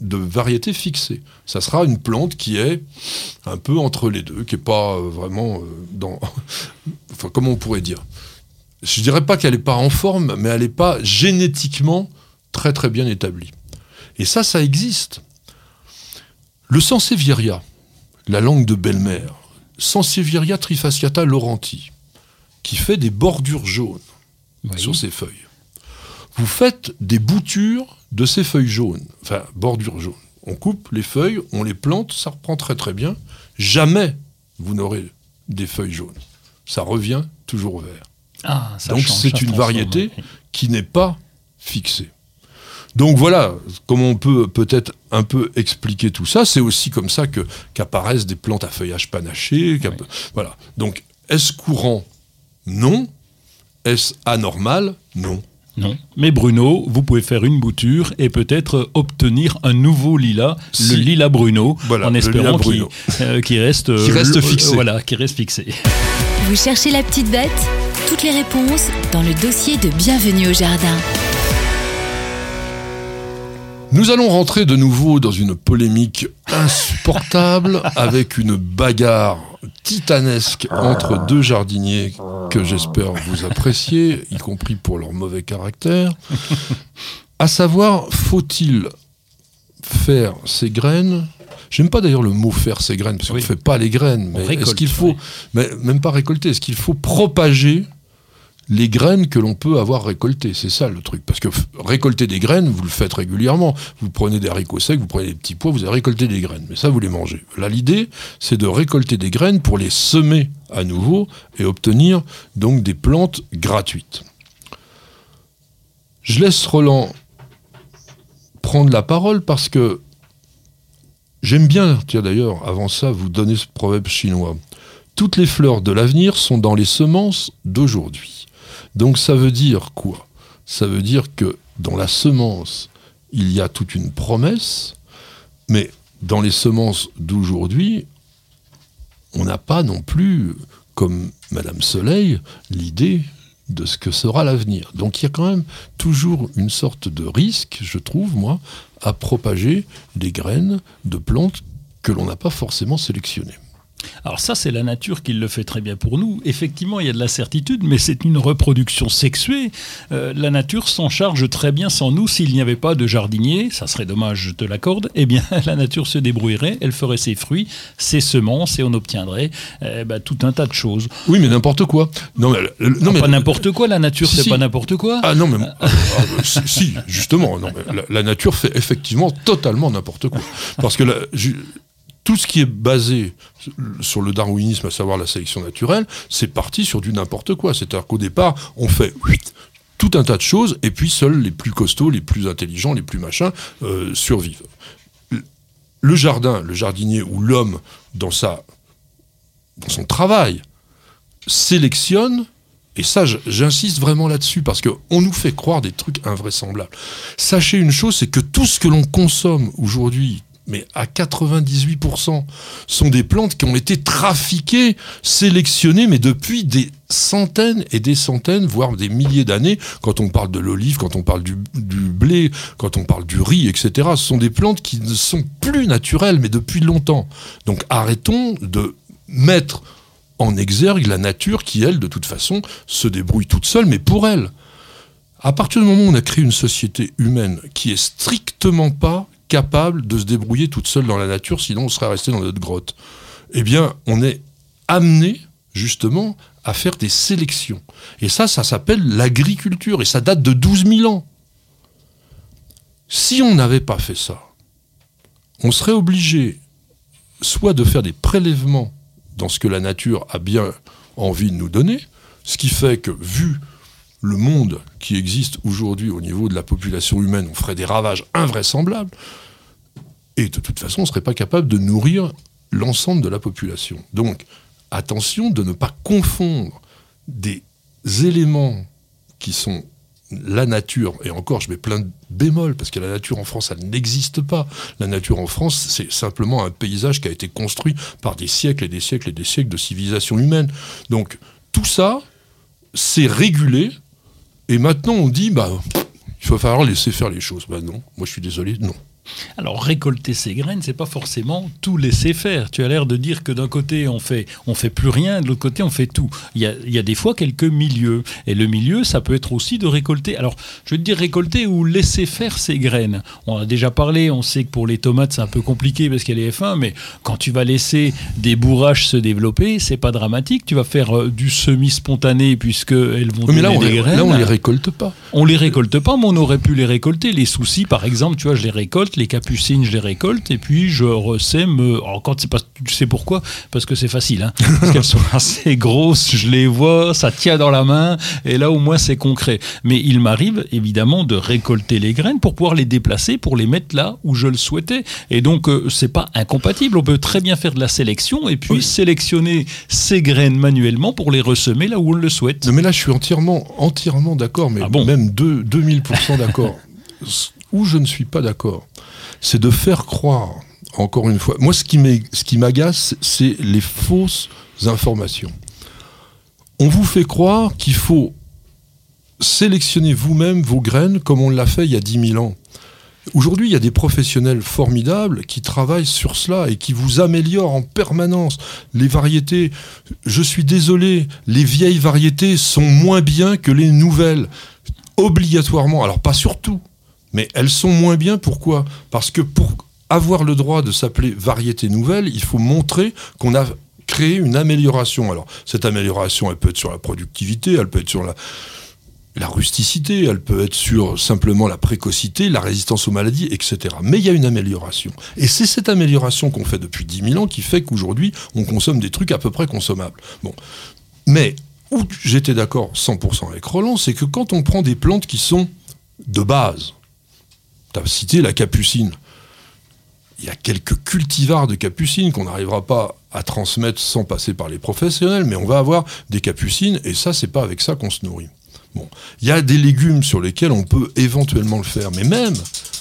de variété fixée. Ça sera une plante qui est un peu entre les deux, qui n'est pas euh, vraiment euh, dans... enfin, comment on pourrait dire ? Je ne dirais pas qu'elle n'est pas en forme, mais elle n'est pas génétiquement très très bien établie. Et ça, ça existe. Le Sansevieria, la langue de belle-mère, Sansevieria trifasciata laurenti, qui fait des bordures jaunes oui. sur ses feuilles. Vous faites des boutures de ces feuilles jaunes, enfin bordures jaunes. On coupe les feuilles, on les plante, ça reprend très très bien. Jamais vous n'aurez des feuilles jaunes. Ça revient toujours vert. Ah, ça Donc change, c'est ça une variété oui. qui n'est pas fixée. Donc voilà, comment on peut peut-être un peu expliquer tout ça. C'est aussi comme ça que, qu'apparaissent des plantes à feuillage panaché. Oui. Voilà. Donc est-ce courant ? Non. Est-ce anormal ? Non. Non. Mais Bruno, vous pouvez faire une bouture et peut-être obtenir un nouveau lilas, si. le lilas Bruno, voilà, en espérant qu'il euh, qu reste, qui reste le, fixé. Euh, voilà, qui reste fixé. Vous cherchez la petite bête ? Toutes les réponses dans le dossier de Bienvenue au Jardin. Nous allons rentrer de nouveau dans une polémique insupportable avec une bagarre titanesque entre deux jardiniers que j'espère vous apprécier, y compris pour leur mauvais caractère. À savoir, faut-il faire ses graines ? J'aime pas d'ailleurs le mot faire ses graines, parce qu'on ne oui. fait pas les graines, mais récolte, est-ce qu'il faut, oui. mais même pas récolter, est-ce qu'il faut propager les graines que l'on peut avoir récoltées? C'est ça le truc. Parce que f- récolter des graines, vous le faites régulièrement. Vous prenez des haricots secs, vous prenez des petits pois, vous avez récolté des graines. Mais ça, vous les mangez. Là, l'idée, c'est de récolter des graines pour les semer à nouveau et obtenir donc des plantes gratuites. Je laisse Roland prendre la parole parce que j'aime bien, tiens d'ailleurs, avant ça, vous donner ce proverbe chinois. Toutes les fleurs de l'avenir sont dans les semences d'aujourd'hui. Donc ça veut dire quoi ? Ça veut dire que dans la semence, il y a toute une promesse, mais dans les semences d'aujourd'hui, on n'a pas non plus, comme Madame Soleil, l'idée de ce que sera l'avenir. Donc il y a quand même toujours une sorte de risque, je trouve, moi, à propager des graines de plantes que l'on n'a pas forcément sélectionnées. Alors ça, c'est la nature qui le fait très bien pour nous. Effectivement, il y a de la certitude, mais c'est une reproduction sexuée. Euh, la nature s'en charge très bien sans nous. S'il n'y avait pas de jardinier, ça serait dommage, je te l'accorde, eh bien, la nature se débrouillerait, elle ferait ses fruits, ses semences, et on obtiendrait eh ben, tout un tas de choses. Oui, mais n'importe quoi. Non, mais, euh, non, non mais pas n'importe quoi, la nature, si, c'est si. pas n'importe quoi. Ah non, mais... euh, euh, si, si, justement, non, mais la, la nature fait effectivement totalement n'importe quoi. Parce que... La, ju- Tout ce qui est basé sur le darwinisme, à savoir la sélection naturelle, c'est parti sur du n'importe quoi. C'est-à-dire qu'au départ, on fait tout un tas de choses, et puis seuls les plus costauds, les plus intelligents, les plus machins euh, survivent. Le jardin, le jardinier ou l'homme, dans, sa, dans son travail, sélectionne, et ça, j'insiste vraiment là-dessus, parce qu'on nous fait croire des trucs invraisemblables. Sachez une chose, c'est que tout ce que l'on consomme aujourd'hui, mais à quatre-vingt-dix-huit pour cent, sont des plantes qui ont été trafiquées, sélectionnées, mais depuis des centaines et des centaines, voire des milliers d'années, quand on parle de l'olive, quand on parle du, du blé, quand on parle du riz, et cetera. Ce sont des plantes qui ne sont plus naturelles, mais depuis longtemps. Donc arrêtons de mettre en exergue la nature qui, elle, de toute façon, se débrouille toute seule, mais pour elle. À partir du moment où on a créé une société humaine qui est strictement pas capable de se débrouiller toute seule dans la nature, sinon on serait resté dans notre grotte. Eh bien, on est amené, justement, à faire des sélections. Et ça, ça s'appelle l'agriculture, et ça date de douze mille ans. Si on n'avait pas fait ça, on serait obligé soit de faire des prélèvements dans ce que la nature a bien envie de nous donner, ce qui fait que, vu le monde qui existe aujourd'hui au niveau de la population humaine, on ferait des ravages invraisemblables, et de toute façon, on ne serait pas capable de nourrir l'ensemble de la population. Donc, attention de ne pas confondre des éléments qui sont la nature, et encore, je mets plein de bémols, parce que la nature en France, elle n'existe pas. La nature en France, c'est simplement un paysage qui a été construit par des siècles et des siècles et des siècles de civilisation humaine. Donc, tout ça, c'est régulé. Et maintenant, on dit, bah, il va falloir laisser faire les choses. Bah non, moi je suis désolé, non. Alors récolter ces graines, c'est pas forcément tout laisser faire. Tu as l'air de dire que d'un côté on fait on fait plus rien, de l'autre côté on fait tout. Il y a, il y a des fois quelques milieux, et le milieu ça peut être aussi de récolter. Alors je veux te dire récolter ou laisser faire ces graines. On a déjà parlé, on sait que pour les tomates c'est un peu compliqué parce qu'il y a les F un, mais quand tu vas laisser des bourrages se développer, c'est pas dramatique. Tu vas faire euh, du semi-spontané puisque elles vont Oui, mais donner là, on des les, graines. là on les récolte pas. On les récolte pas, mais on aurait pu les récolter. Les soucis, par exemple, tu vois, je les récolte, les capucines, je les récolte, et puis je ressème. Alors, quand c'est pas, tu sais pourquoi ? Parce que c'est facile, hein. Parce qu'elles sont assez grosses, je les vois, ça tient dans la main, et là, au moins, c'est concret. Mais il m'arrive, évidemment, de récolter les graines pour pouvoir les déplacer, pour les mettre là où je le souhaitais. Et donc, euh, c'est pas incompatible. On peut très bien faire de la sélection, et puis oui. sélectionner ces graines manuellement pour les ressemer là où on le souhaite. Non, mais là, je suis entièrement, entièrement d'accord, mais Ah bon ? même deux, deux mille pour cent d'accord. Où je ne suis pas d'accord, c'est de faire croire, encore une fois, moi ce qui, ce qui m'agace, c'est les fausses informations. On vous fait croire qu'il faut sélectionner vous-même vos graines comme on l'a fait il y a dix mille ans. Aujourd'hui, il y a des professionnels formidables qui travaillent sur cela et qui vous améliorent en permanence les variétés. Je suis désolé, les vieilles variétés sont moins bien que les nouvelles. Obligatoirement, alors pas sur tout, mais elles sont moins bien. Pourquoi ? Parce que pour avoir le droit de s'appeler variété nouvelle, il faut montrer qu'on a créé une amélioration. Alors, cette amélioration, elle peut être sur la productivité, elle peut être sur la, la rusticité, elle peut être sur simplement la précocité, la résistance aux maladies, et cetera. Mais il y a une amélioration. Et c'est cette amélioration qu'on fait depuis dix mille ans qui fait qu'aujourd'hui, on consomme des trucs à peu près consommables. Bon. Mais où j'étais d'accord cent pour cent avec Roland, c'est que quand on prend des plantes qui sont de base, tu as cité la capucine, il y a quelques cultivars de capucines qu'on n'arrivera pas à transmettre sans passer par les professionnels, mais on va avoir des capucines, et ça, c'est pas avec ça qu'on se nourrit. Bon, il y a des légumes sur lesquels on peut éventuellement le faire, mais même,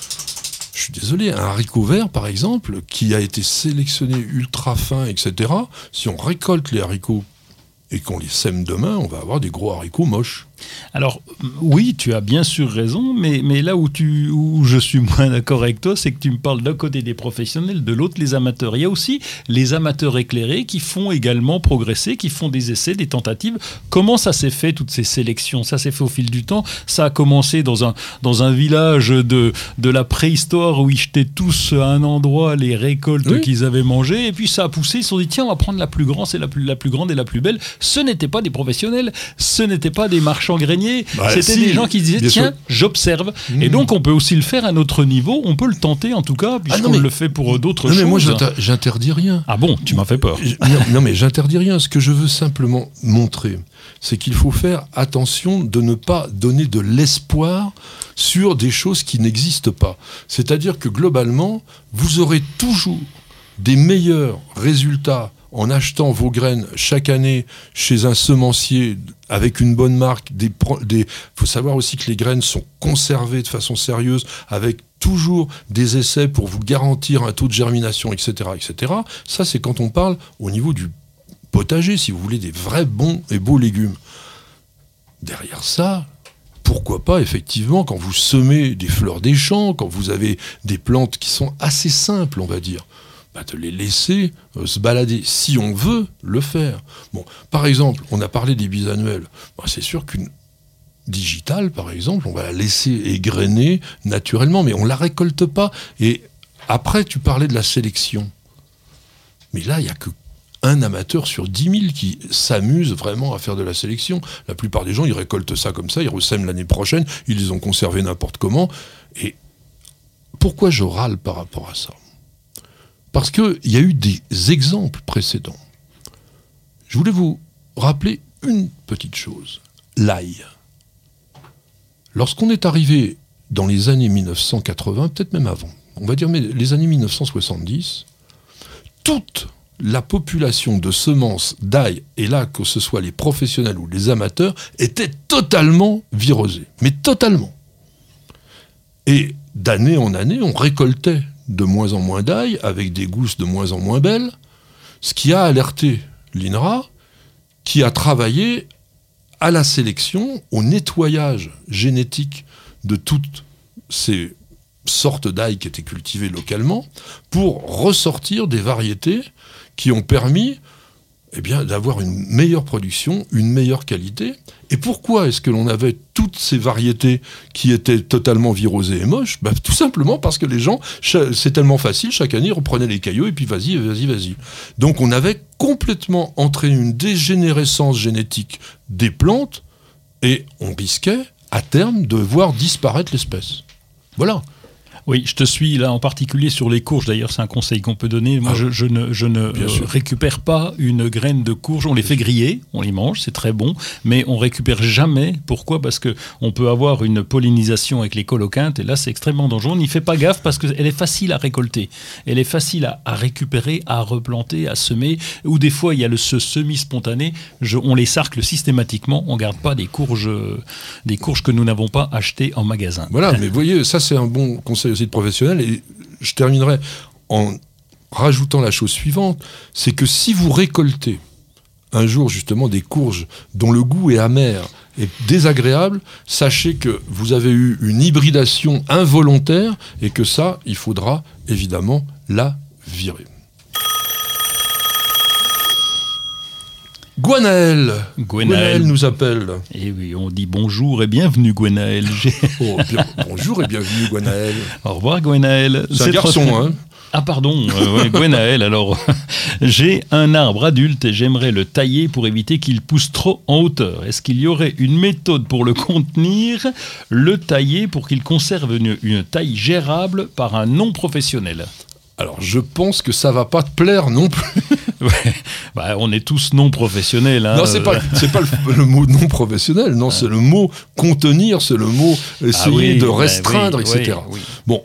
je suis désolé, un haricot vert, par exemple, qui a été sélectionné ultra fin, et cetera, si on récolte les haricots et qu'on les sème demain, on va avoir des gros haricots moches. Alors, oui, tu as bien sûr raison, mais, mais là où, tu, où je suis moins d'accord avec toi, c'est que tu me parles d'un côté des professionnels, de l'autre les amateurs. Il y a aussi les amateurs éclairés qui font également progresser, qui font des essais, des tentatives. Comment ça s'est fait, toutes ces sélections ? Ça s'est fait au fil du temps. Ça a commencé dans un, dans un village de, de la préhistoire où ils jetaient tous à un endroit les récoltes oui. qu'ils avaient mangées, et puis ça a poussé, ils se sont dit, tiens, on va prendre la plus grande, c'est la plus, la plus grande et la plus belle. Ce n'étaient pas des professionnels, ce n'étaient pas des marchands greniers, bah, c'était si, des gens qui se disaient tiens, sûr. j'observe. Mmh. Et donc on peut aussi le faire à notre niveau, on peut le tenter en tout cas, puisqu'on ah non, mais, le fait pour d'autres non, choses. Mais moi j'inter- j'interdis rien. Ah bon, tu m'as fait peur. non, non mais j'interdis rien. Ce que je veux simplement montrer, c'est qu'il faut faire attention de ne pas donner de l'espoir sur des choses qui n'existent pas. C'est-à-dire que globalement, vous aurez toujours des meilleurs résultats en achetant vos graines chaque année chez un semencier avec une bonne marque. Des, des, faut savoir aussi que les graines sont conservées de façon sérieuse avec toujours des essais pour vous garantir un taux de germination, et cetera, et cetera. Ça, c'est quand on parle au niveau du potager, si vous voulez, des vrais bons et beaux légumes. Derrière ça, pourquoi pas, effectivement, quand vous semez des fleurs des champs, quand vous avez des plantes qui sont assez simples, on va dire, bah de les laisser euh, se balader, si on veut le faire. Bon, par exemple, on a parlé des bisannuelles. Bah, c'est sûr qu'une digitale, par exemple, on va la laisser égrener naturellement, mais on ne la récolte pas. Et après, tu parlais de la sélection. Mais là, il n'y a que un amateur sur dix mille qui s'amuse vraiment à faire de la sélection. La plupart des gens, ils récoltent ça comme ça, ils ressèment l'année prochaine, ils les ont conservés n'importe comment. Et pourquoi je râle par rapport à ça ? Parce qu'il y a eu des exemples précédents. Je voulais vous rappeler une petite chose. L'ail. Lorsqu'on est arrivé dans les années mille neuf cent quatre-vingts, peut-être même avant, on va dire les années mille neuf cent soixante-dix, toute la population de semences d'ail, et là que ce soit les professionnels ou les amateurs, était totalement virosée. Mais totalement. Et d'année en année, on récoltait de moins en moins d'ail, avec des gousses de moins en moins belles, ce qui a alerté l'I N R A, qui a travaillé à la sélection, au nettoyage génétique de toutes ces sortes d'ail qui étaient cultivées localement pour ressortir des variétés qui ont permis eh bien, d'avoir une meilleure production, une meilleure qualité. Et pourquoi est-ce que l'on avait toutes ces variétés qui étaient totalement virosées et moches ? Bah, tout simplement parce que les gens, c'est tellement facile, chaque année, ils reprenaient les cailloux et puis vas-y, vas-y, vas-y. Donc on avait complètement entraîné une dégénérescence génétique des plantes et on risquait, à terme, de voir disparaître l'espèce. Voilà. Oui, je te suis là en particulier sur les courges. D'ailleurs, c'est un conseil qu'on peut donner. Moi, ah, je, je ne, je ne euh, récupère pas une graine de courge. On les fait griller, on les mange, c'est très bon, mais on récupère jamais. Pourquoi ? Parce que on peut avoir une pollinisation avec les coloquintes, et là, c'est extrêmement dangereux. On n'y fait pas gaffe parce qu'elle est facile à récolter. Elle est facile à, à récupérer, à replanter, à semer. Ou des fois, il y a le ce semis spontané. Je, on les sarcle systématiquement. On garde pas des courges, des courges que nous n'avons pas achetées en magasin. Voilà, mais vous voyez, ça, c'est un bon conseil aussi de professionnel, et je terminerai en rajoutant la chose suivante, c'est que si vous récoltez un jour justement des courges dont le goût est amer et désagréable, sachez que vous avez eu une hybridation involontaire et que ça, il faudra évidemment la virer. Gwenaël. Gwenaël. Gwenaël nous appelle. Et oui, on dit bonjour et bienvenue Gwenaël. Oh, bien, bonjour et bienvenue Gwenaël. Au revoir Gwenaël. C'est, c'est un garçon, trop... hein. Ah pardon, euh, ouais, Gwenaël, alors j'ai un arbre adulte et j'aimerais le tailler pour éviter qu'il pousse trop en hauteur. Est-ce qu'il y aurait une méthode pour le contenir, le tailler pour qu'il conserve une, une taille gérable par un non-professionnel ? Alors, je pense que ça va pas te plaire non plus. Ouais. Bah, on est tous non professionnels. Hein. Non, c'est pas, c'est pas le, le mot non professionnel. Non, c'est le mot contenir, c'est le mot essayer ah oui, de restreindre, bah oui, et cetera. Oui, oui. Bon,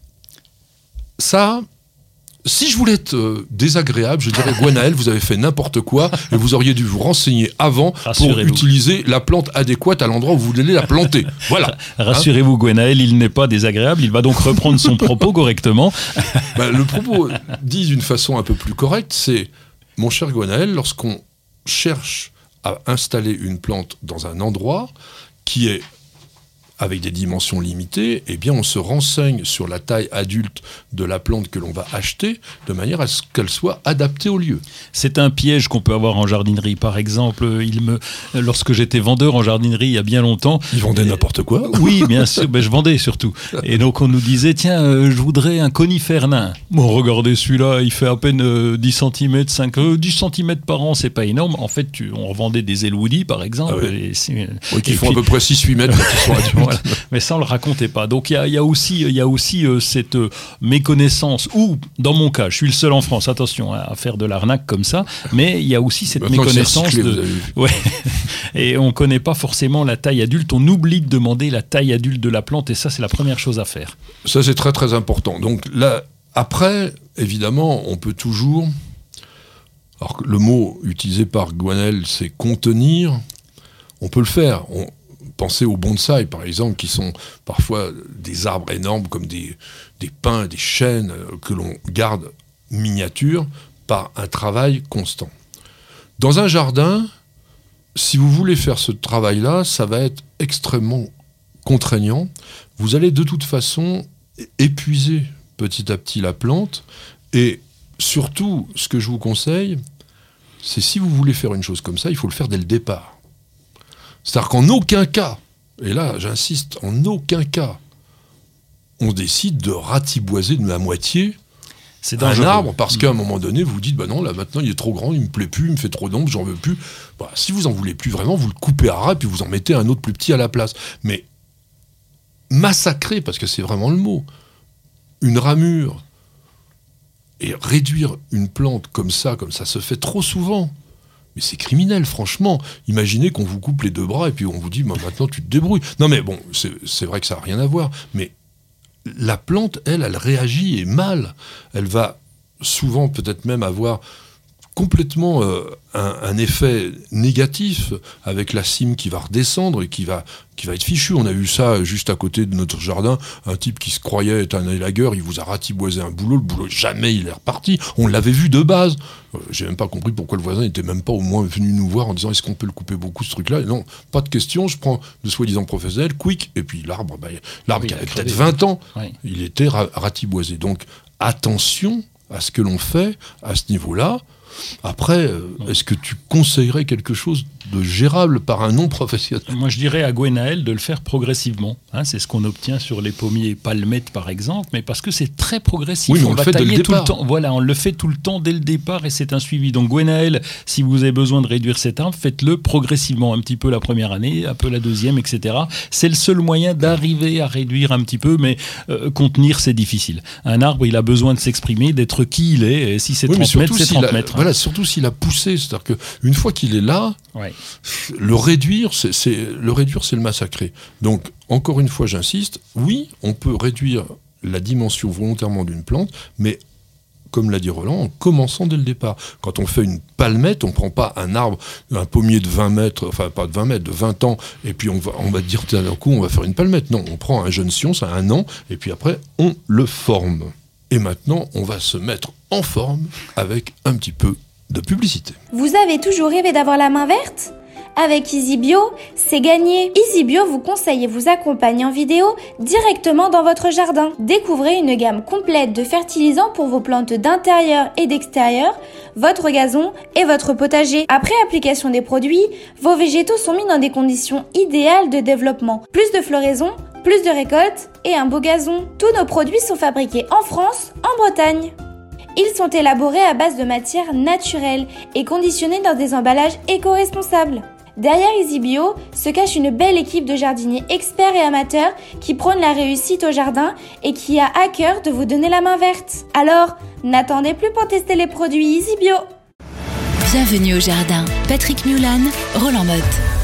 ça. Si je voulais être euh, désagréable, je dirais Gwenaël, vous avez fait n'importe quoi et vous auriez dû vous renseigner avant pour utiliser la plante adéquate à l'endroit où vous voulez la planter. Voilà. Rassurez-vous, hein, Gwenaël, il n'est pas désagréable, il va donc reprendre son propos correctement. Ben, le propos dit d'une façon un peu plus correcte, c'est, mon cher Gwenaël, lorsqu'on cherche à installer une plante dans un endroit qui est avec des dimensions limitées, eh bien on se renseigne sur la taille adulte de la plante que l'on va acheter, de manière à ce qu'elle soit adaptée au lieu. C'est un piège qu'on peut avoir en jardinerie. Par exemple, il me, lorsque j'étais vendeur en jardinerie il y a bien longtemps... Ils vendaient et, n'importe quoi. Oui, bien sûr, ben, je vendais surtout. Et donc on nous disait, tiens, euh, je voudrais un conifère nain. Bon, regardez celui-là, il fait à peine euh, dix centimètres, cinq, euh, dix centimètres par an, c'est pas énorme. En fait, tu, on revendait des Elwoody, par exemple. Ah oui. et, oui, qui font puis, à peu près six à huit mètres quand ils sont adultes. Voilà. Mais ça, on ne le racontait pas. Donc, il y, y a aussi, y a aussi euh, cette euh, méconnaissance, ou, dans mon cas, je suis le seul en France, attention, hein, à faire de l'arnaque comme ça, mais il y a aussi cette Maintenant méconnaissance de... Ouais. Et on ne connaît pas forcément la taille adulte. On oublie de demander la taille adulte de la plante, et ça, c'est la première chose à faire. Ça, c'est très, très important. Donc, là, après, évidemment, on peut toujours... Alors, le mot utilisé par Gwenaël, c'est « contenir ». On peut le faire. On... Pensez aux bonsaïs, par exemple, qui sont parfois des arbres énormes, comme des, des pins, des chênes, euh, que l'on garde miniatures par un travail constant. Dans un jardin, si vous voulez faire ce travail-là, ça va être extrêmement contraignant. Vous allez de toute façon épuiser petit à petit la plante. Et surtout, ce que je vous conseille, c'est si vous voulez faire une chose comme ça, il faut le faire dès le départ. C'est-à-dire qu'en aucun cas, et là j'insiste, en aucun cas, on décide de ratiboiser de la moitié c'est un arbre parce qu'à un moment donné, vous vous dites, bah non, là maintenant il est trop grand, il me plaît plus, il me fait trop d'ombre, j'en veux plus. Bah, si vous en voulez plus vraiment, vous le coupez à ras et puis vous en mettez un autre plus petit à la place. Mais massacrer, parce que c'est vraiment le mot, une ramure et réduire une plante comme ça, comme ça se fait trop souvent. Mais c'est criminel, franchement. Imaginez qu'on vous coupe les deux bras et puis on vous dit, bah, maintenant tu te débrouilles. Non mais bon, c'est, c'est vrai que ça n'a rien à voir. Mais la plante, elle, elle réagit et mal. Elle va souvent peut-être même avoir complètement euh, un, un effet négatif avec la cime qui va redescendre et qui va, qui va être fichue. On a eu ça juste à côté de notre jardin, un type qui se croyait être un élagueur, il vous a ratiboisé un boulot, le boulot jamais il est reparti, on l'avait vu de base. Euh, j'ai même pas compris pourquoi le voisin n'était même pas au moins venu nous voir en disant est-ce qu'on peut le couper beaucoup ce truc-là. Et non, pas de question, je prends de soi-disant professionnel, quick, et puis l'arbre, bah, l'arbre oui, qui avait crevé, peut-être vingt ans, oui. il était ra- ratiboisé. Donc attention à ce que l'on fait à ce niveau-là. Après, euh, est-ce que tu conseillerais quelque chose de gérable par un non-professionnel ? Moi, je dirais à Gwenaël de le faire progressivement. Hein, c'est ce qu'on obtient sur les pommiers palmettes, par exemple, mais parce que c'est très progressif. Oui, mais on, on le va fait dès le tailler tout le départ. temps. Voilà, on le fait tout le temps dès le départ et c'est un suivi. Donc, Gwenaël, si vous avez besoin de réduire cet arbre, faites-le progressivement, un petit peu la première année, un peu la deuxième, et cetera. C'est le seul moyen d'arriver à réduire un petit peu, mais euh, contenir, c'est difficile. Un arbre, il a besoin de s'exprimer, d'être qui il est. Et si c'est Oui, mais trente mètres, surtout c'est s'il trente a- mètres. hein. Voilà, surtout s'il a poussé, c'est-à-dire qu'une fois qu'il est là, Ouais. le réduire, c'est, c'est, le réduire, c'est le massacrer. Donc, encore une fois, j'insiste, oui, on peut réduire la dimension volontairement d'une plante, mais comme l'a dit Roland, en commençant dès le départ. Quand on fait une palmette, on ne prend pas un arbre, un pommier de vingt mètres, enfin pas de vingt mètres, de vingt ans, et puis on va, on va dire d'un coup, on va faire une palmette. Non, on prend un jeune scion, ça a un an, et puis après, on le forme. Et maintenant, on va se mettre en forme avec un petit peu de publicité. Vous avez toujours rêvé d'avoir la main verte ? Avec EasyBio, c'est gagné. EasyBio vous conseille et vous accompagne en vidéo directement dans votre jardin. Découvrez une gamme complète de fertilisants pour vos plantes d'intérieur et d'extérieur, votre gazon et votre potager. Après application des produits, vos végétaux sont mis dans des conditions idéales de développement. Plus de floraison, plus de récoltes et un beau gazon. Tous nos produits sont fabriqués en France, en Bretagne. Ils sont élaborés à base de matières naturelles et conditionnés dans des emballages éco-responsables. Derrière EasyBio se cache une belle équipe de jardiniers experts et amateurs qui prônent la réussite au jardin et qui a à cœur de vous donner la main verte. Alors, n'attendez plus pour tester les produits EasyBio. Bienvenue au jardin. Patrick Mulan, Roland Motte.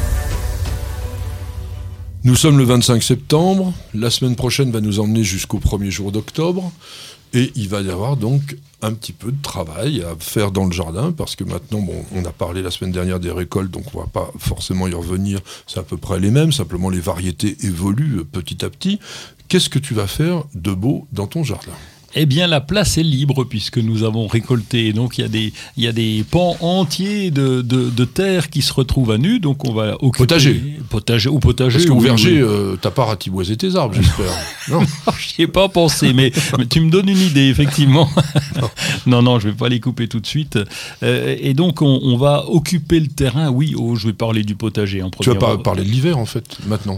Nous sommes le vingt-cinq septembre, la semaine prochaine va nous emmener jusqu'au premier jour d'octobre, et il va y avoir donc un petit peu de travail à faire dans le jardin, parce que maintenant, bon, on a parlé la semaine dernière des récoltes, donc on va pas forcément y revenir, c'est à peu près les mêmes, simplement les variétés évoluent petit à petit. Qu'est-ce que tu vas faire de beau dans ton jardin ? Eh bien, la place est libre puisque nous avons récolté. Donc, il y a des, il y a des pans entiers de, de, de terre qui se retrouvent à nu. Donc, on va occuper... Potager. Potager ou potager. Parce qu'au oui, verger, oui. euh, t'as pas ratiboisé tes arbres, j'espère. Non. J'y ai pas pensé, mais, mais tu me donnes une idée, effectivement. non, non, je vais pas les couper tout de suite. Euh, et donc, on, on va occuper le terrain. Oui, oh, je vais parler du potager en premier. Tu vas pas parler de l'hiver, en fait, maintenant.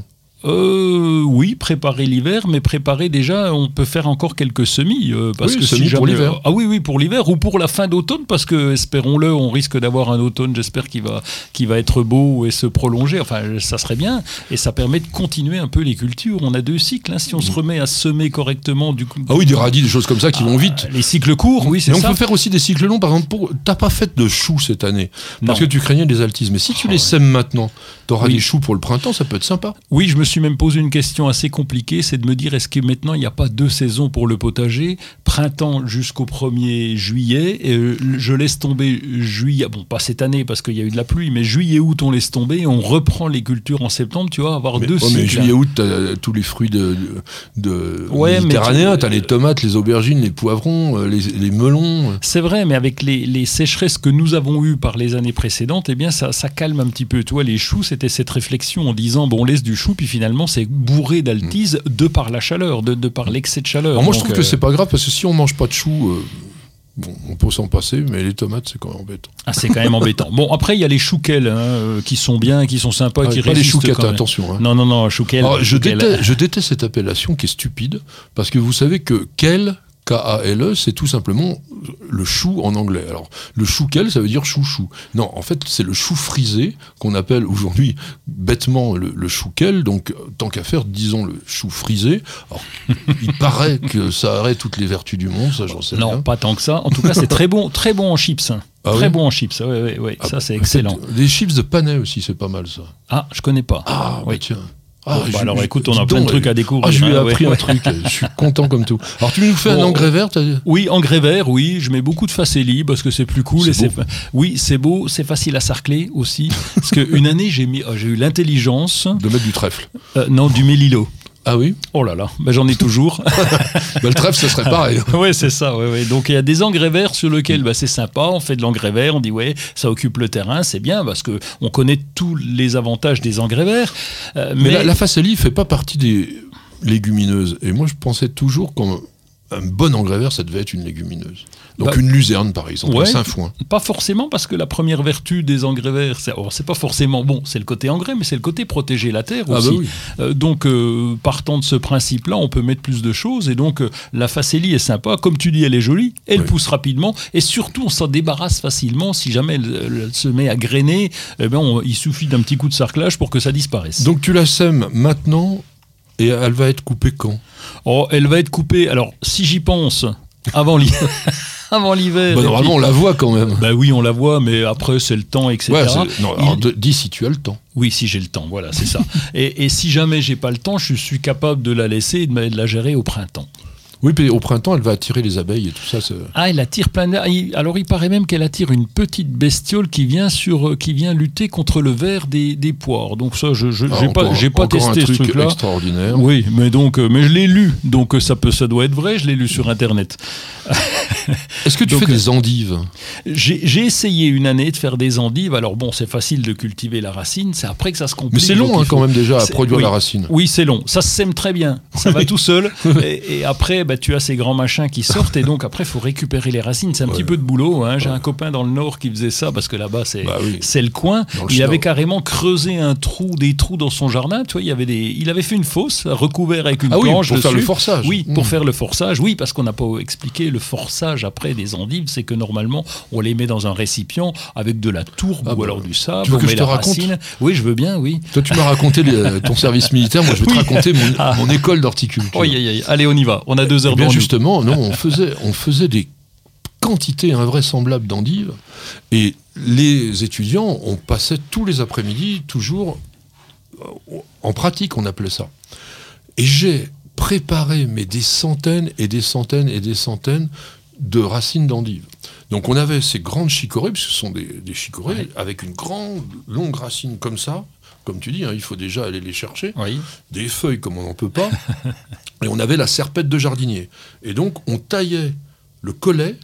Euh, oui, préparer l'hiver, mais préparer déjà, on peut faire encore quelques semis. Euh, parce Oui, que semis si jamais, pour l'hiver. Ah oui, oui, pour l'hiver ou pour la fin d'automne, parce que, espérons-le, on risque d'avoir un automne, j'espère, qui va, qui va être beau et se prolonger. Enfin, ça serait bien. Et ça permet de continuer un peu les cultures. On a deux cycles. Hein, si on se remet à semer correctement, du coup. Ah oui, des radis, des choses comme ça qui Ah, vont vite. Les cycles courts, oui, c'est Mais on ça. peut faire aussi des cycles longs. Par exemple, pour... t'as pas fait de choux cette année parce Non. que tu craignais des altismes. Mais si tu Oh, les ouais. sèmes maintenant, t'auras Oui. des choux pour le printemps, ça peut être sympa. Oui, je me suis même posé une question assez compliquée, c'est de me dire est-ce que maintenant il n'y a pas deux saisons pour le potager, printemps jusqu'au premier juillet, et euh, je laisse tomber juillet, bon pas cette année parce qu'il y a eu de la pluie, mais juillet août on laisse tomber, et on reprend les cultures en septembre, tu vois, avoir Mais, deux ouais, mais cycles. juillet, août, t'as tous les fruits de, de, de Ouais, mais méditerranéens, tu- t'as les tomates, les aubergines, les poivrons, euh, les, les melons. C'est vrai, mais avec les, les sécheresses que nous avons eues par les années précédentes, eh bien ça, ça calme un petit peu. Tu vois, les choux, c'était cette réflexion en disant bon, on laisse du chou, puis finalement c'est bourré d'altise de par la chaleur, de, de par l'excès de chaleur. Alors moi, je Donc, trouve euh, que c'est pas grave parce que si on mange pas de choux, euh, bon, on peut s'en passer, mais les tomates, c'est quand même embêtant. Ah, c'est quand même embêtant. Bon, après, il y a les chouquels hein, euh, qui sont bien, qui sont sympas, Ah, qui pas les résistent chouquettes, quand même. attention. Hein. Non, non, non, chouquel. Alors, je, chouquel. déteste, je déteste cette appellation qui est stupide, parce que vous savez que quel, K A L E, c'est tout simplement le chou en anglais. Alors, le chouquel, ça veut dire chouchou. Non, en fait, c'est le chou frisé, qu'on appelle aujourd'hui bêtement le, le chouquel, donc tant qu'à faire, disons le chou frisé. Alors, il paraît que ça aurait toutes les vertus du monde, ça j'en sais Non, rien. pas tant que ça. En tout cas, c'est très bon, très bon en chips. hein. Ah très oui bon en chips. Ouais, ouais, ouais. Ah, ça, c'est peut-être excellent. Des chips de panais aussi, c'est pas mal ça. Ah, je connais pas. Ah, oui. bah tiens. Ah, Bon, bah je- alors je- écoute, on dis a plein donc, de trucs à découvrir. Ah, je lui ai hein, appris ouais. un truc. Je suis content comme tout. Alors, tu nous fais un Bon. engrais vert t'as dit Oui, engrais vert, oui. Je mets beaucoup de facélie parce que c'est plus cool. C'est et c'est beau. fa- Oui, c'est beau, c'est facile à sarcler aussi. Parce qu'une année, j'ai mis, oh, j'ai eu l'intelligence, de mettre du trèfle. euh, non, du mélilo. Ah oui Oh là là, ben, j'en ai toujours. bah, Le trèfle, ça serait pareil. Ouais, c'est ça. Ouais, ouais. Donc il y a des engrais verts sur lesquels bah, c'est sympa. On fait de l'engrais vert. On dit ouais, ça occupe le terrain, c'est bien parce que on connaît tous les avantages des engrais verts. Euh, Mais, mais la, la facélie ne fait pas partie des légumineuses. Et moi, je pensais toujours qu'un bon engrais vert, ça devait être une légumineuse. Donc Bah, une luzerne, par exemple, ouais. un sainfoin. pas forcément parce que la première vertu des engrais verts, c'est, alors, c'est pas forcément bon. C'est le côté engrais, mais c'est le côté protéger la terre Ah aussi. bah oui. Euh, donc, euh, partant de ce principe-là, on peut mettre plus de choses. Et donc, euh, la facélie est sympa. Comme tu dis, elle est jolie. Elle Oui. pousse rapidement. Et surtout, on s'en débarrasse facilement. Si jamais elle, elle se met à grainer, eh ben, on- il suffit d'un petit coup de sarclage pour que ça disparaisse. Donc tu la sèmes maintenant et elle va être coupée quand Oh, elle va être coupée. Alors, si j'y pense, avant l'hiver. avant l'hiver. bah, et Normalement, puis- on la voit quand même. Bah oui, on la voit, mais après, c'est le temps, et cetera. Ouais, c'est- non, Il- alors, de- dis si tu as le temps. Oui, si j'ai le temps, voilà, c'est ça. Et, et si jamais j'ai pas le temps, je suis capable de la laisser et de ma- de la gérer au printemps. Oui, puis au printemps, elle va attirer les abeilles et tout ça. c'est- Ah, elle attire plein de... il- Alors, il paraît même qu'elle attire une petite bestiole qui vient, sur, euh, qui vient lutter contre le ver des, des poires. Donc ça, je je- Ah, j'ai pas, encore- j'ai pas encore testé un ce truc truc-là. extraordinaire. Oui, mais donc, euh, mais je l'ai lu, donc euh, ça peut, ça doit être vrai. Je l'ai lu sur Internet. Est-ce que tu Donc, fais des endives J'ai j'ai essayé une année de faire des endives. Alors bon, c'est facile de cultiver la racine. C'est après que ça se complique. Mais c'est donc long il hein, faut- quand même déjà à C'est- produire oui. la racine. Oui, c'est long. Ça se sème très bien. Ça va tout seul. Et, et après, bah, tu as ces grands machins qui sortent. Et donc, après, il faut récupérer les racines. C'est un Ouais. petit peu de boulot. Hein. J'ai un copain dans le Nord qui faisait ça parce que là-bas, c'est Bah oui. c'est le coin. Dans le Il Schnorr. avait carrément creusé un trou, des trous dans son jardin. Tu vois, il, y avait des... il avait fait une fosse recouverte avec une Ah oui, planche pour faire dessus. le forçage. Oui, pour Mmh. faire le forçage. Oui, parce qu'on n'a pas expliqué le forçage après des endives. C'est que normalement, on les met dans un récipient avec de la tourbe Ah ou bah, alors du sable. tu veux on que met je te la raconte racine. Oui, je veux bien, oui. Toi, tu m'as raconté les- ton service militaire. Moi, je vais Oui. te raconter mon, Ah. mon école d'horticulture. Oui, aïe, aïe. Allez, on y va. On a deux heures Eh bien, devant nous. justement, non, on faisait, on faisait des quantités invraisemblables d'endives. Et les étudiants, on passait tous les après-midi, toujours euh, en pratique, on appelait ça. Et j'ai préparé mais des centaines et des centaines et des centaines de racines d'endives. Donc on avait ces grandes chicorées, parce que ce sont des, des chicorées, Ouais. avec une grande, longue racine comme ça. Comme tu dis, hein, il faut déjà aller les chercher. Oui. Des feuilles comme on n'en peut pas. Et on avait la serpette de jardinier. Et donc on taillait le collet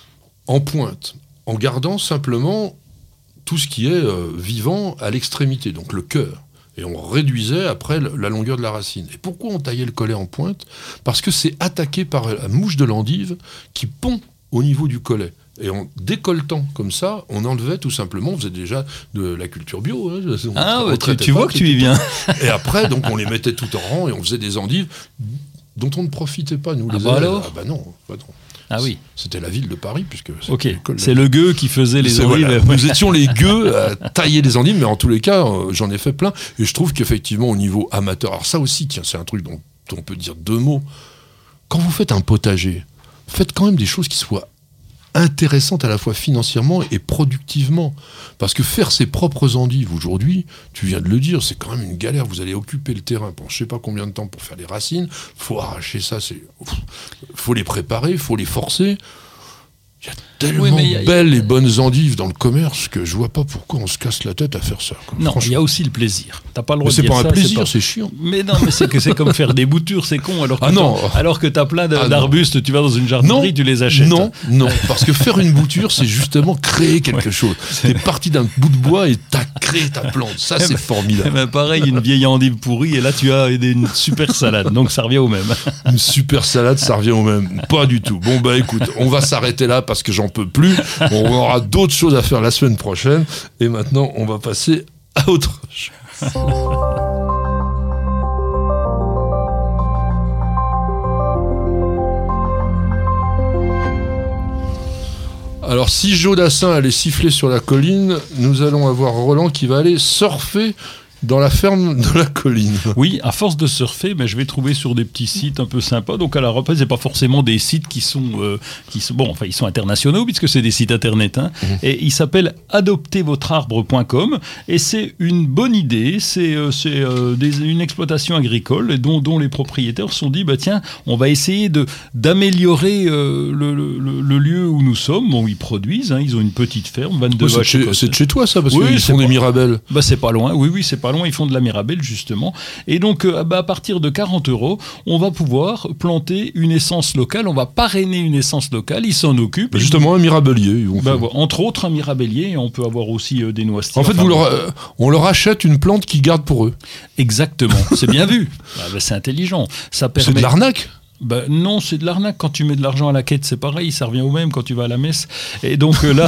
en pointe, en gardant simplement tout ce qui est euh, vivant à l'extrémité, donc le cœur. Et on réduisait après le- la longueur de la racine. Et pourquoi on taillait le collet en pointe ? Parce que c'est attaqué par la mouche de l'endive qui pond au niveau du collet. Et en décolletant comme ça, on enlevait tout simplement, on faisait déjà de la culture bio. Hein, on Ah, tra- bah, on tu, traitait tu pas, vois que tout, tu y tout, viens. et après, donc, on les mettait tout en rang et on faisait des endives dont on ne profitait pas, nous, Ah les bah élèves. alors Ah bah non, bah non. Ah oui. C'était la ville de Paris, puisque c'était Ok. l'école. C'est le gueux qui faisait les C'est- endives. voilà. Nous étions les gueux à tailler les endives, mais en tous les cas, euh, j'en ai fait plein. Et je trouve qu'effectivement, au niveau amateur, alors ça aussi, tiens, c'est un truc dont on peut dire deux mots. Quand vous faites un potager, faites quand même des choses qui soient intéressantes à la fois financièrement et productivement. Parce que faire ses propres endives aujourd'hui, tu viens de le dire, c'est quand même une galère. Vous allez occuper le terrain pendant je sais pas combien de temps pour faire les racines. Faut arracher ça, c'est, faut les préparer, faut les forcer. Il y a tellement Oui, mais il y a- de belles et bonnes endives dans le commerce que je vois pas pourquoi on se casse la tête à faire ça. quoi. Non, il Franchement. y a aussi le plaisir. T'as pas le droit Mais de c'est dire pas un ça, plaisir, pas- c'est chiant. Mais non, mais c'est que c'est comme faire des boutures, c'est con. Alors que Ah non. t'as- alors que t'as plein de- Ah non. d'arbustes, tu vas dans une jardinerie, Non, tu les achètes. Non, non, parce que faire une bouture, c'est justement créer quelque chose. T'es parti d'un bout de bois et t'as créé ta plante. Ça, c'est Eh formidable. ben, pareil, une vieille endive pourrie, et là tu as une super salade. Donc ça revient au même. Une super salade, ça revient au même. Pas du tout. Bon, bah écoute, on va s'arrêter là parce que j'en peux plus. On aura d'autres choses à faire la semaine prochaine. Et maintenant, on va passer à autre chose. Alors, si Joe Dassin allait siffler sur la colline, nous allons avoir Roland qui va aller surfer dans la ferme de la colline. Oui, à force de surfer, mais je vais trouver sur des petits sites un peu sympas. Donc à la reprise, c'est pas forcément des sites qui sont, euh, qui sont, bon, enfin ils sont internationaux puisque c'est des sites internet. Hein, mmh. Et ils s'appellent adoptez votre arbre point com et c'est une bonne idée. C'est, euh, c'est euh, des, une exploitation agricole dont, dont les propriétaires se sont dit bah tiens, on va essayer de d'améliorer euh, le, le, le lieu où nous sommes. Bon, ils produisent. Hein, ils ont une petite ferme, vingt-deux ouais, vaches. C'est, chez, c'est de chez toi ça parce oui, qu'ils font des mirabelles. Bah c'est pas loin. Oui oui c'est pas loin, ils font de la mirabelle justement. Et donc euh, bah, à partir de quarante euros, on va pouvoir planter une essence locale, on va parrainer une essence locale, ils s'en occupent. Bah, justement un mirabellier. Bah, bah, entre autres un mirabellier, on peut avoir aussi euh, des noisetiers. En fait enfin, vous leur, euh, on leur achète une plante qu'ils gardent pour eux. Exactement, c'est bien vu. Bah, bah, c'est intelligent. Ça permet... C'est de l'arnaque. Ben non, c'est de l'arnaque. Quand tu mets de l'argent à la quête, c'est pareil, ça revient au même quand tu vas à la messe. Et donc euh, là,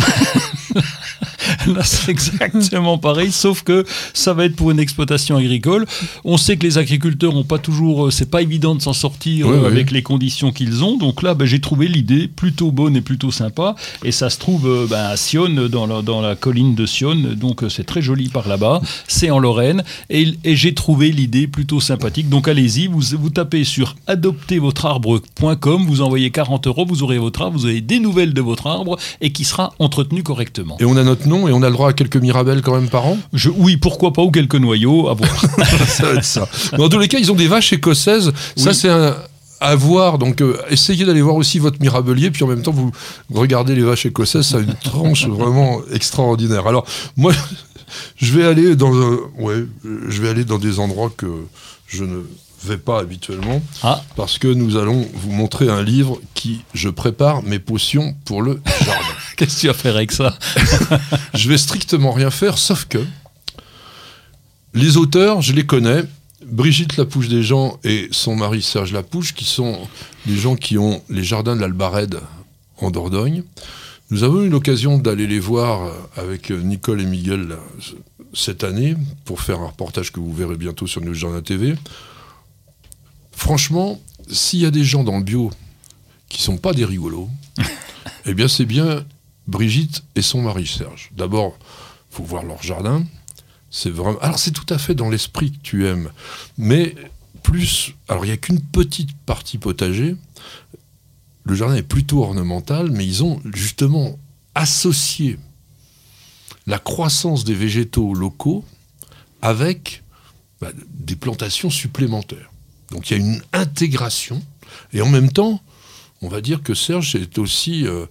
là, c'est exactement pareil, sauf que ça va être pour une exploitation agricole. On sait que les agriculteurs n'ont pas toujours, c'est pas évident de s'en sortir oui, euh, oui. avec les conditions qu'ils ont. Donc là, ben, j'ai trouvé l'idée plutôt bonne et plutôt sympa. Et ça se trouve euh, ben, à Sion, dans la, dans la colline de Sion. Donc euh, c'est très joli par là-bas. C'est en Lorraine. Et, et j'ai trouvé l'idée plutôt sympathique. Donc allez-y, vous, vous tapez sur adoptez votre arbre point com, vous envoyez quarante euros, vous aurez votre arbre, vous avez des nouvelles de votre arbre et qui sera entretenu correctement. Et on a notre nom et on a le droit à quelques mirabelles quand même par an. Je, oui, pourquoi pas, ou quelques noyaux, à voir. Ça va être ça. Dans tous les cas, ils ont des vaches écossaises. Oui. Ça, c'est un... à voir, donc euh, essayez d'aller voir aussi votre mirabellier, puis en même temps vous regardez les vaches écossaises, ça a une tranche vraiment extraordinaire. Alors moi, je vais aller dans, euh, ouais, je vais aller dans des endroits que je ne vais pas habituellement, ah. parce que nous allons vous montrer un livre qui, je prépare mes potions pour le jardin. Qu'est-ce que tu vas faire avec ça? Je vais strictement rien faire, sauf que les auteurs, je les connais. Brigitte Lapouche-Desjans et son mari Serge Lapouche, qui sont les gens qui ont les jardins de l'Albarède en Dordogne. Nous avons eu l'occasion d'aller les voir avec Nicole et Miguel cette année pour faire un reportage que vous verrez bientôt sur News Jardin T V. Franchement, s'il y a des gens dans le bio qui sont pas des rigolos, eh bien c'est bien Brigitte et son mari Serge. D'abord, il faut voir leur jardin. C'est vraiment... Alors c'est tout à fait dans l'esprit que tu aimes, mais plus... Alors il n'y a qu'une petite partie potager, le jardin est plutôt ornemental, mais ils ont justement associé la croissance des végétaux locaux avec bah, des plantations supplémentaires. Donc il y a une intégration, et en même temps, on va dire que Serge est aussi... Euh,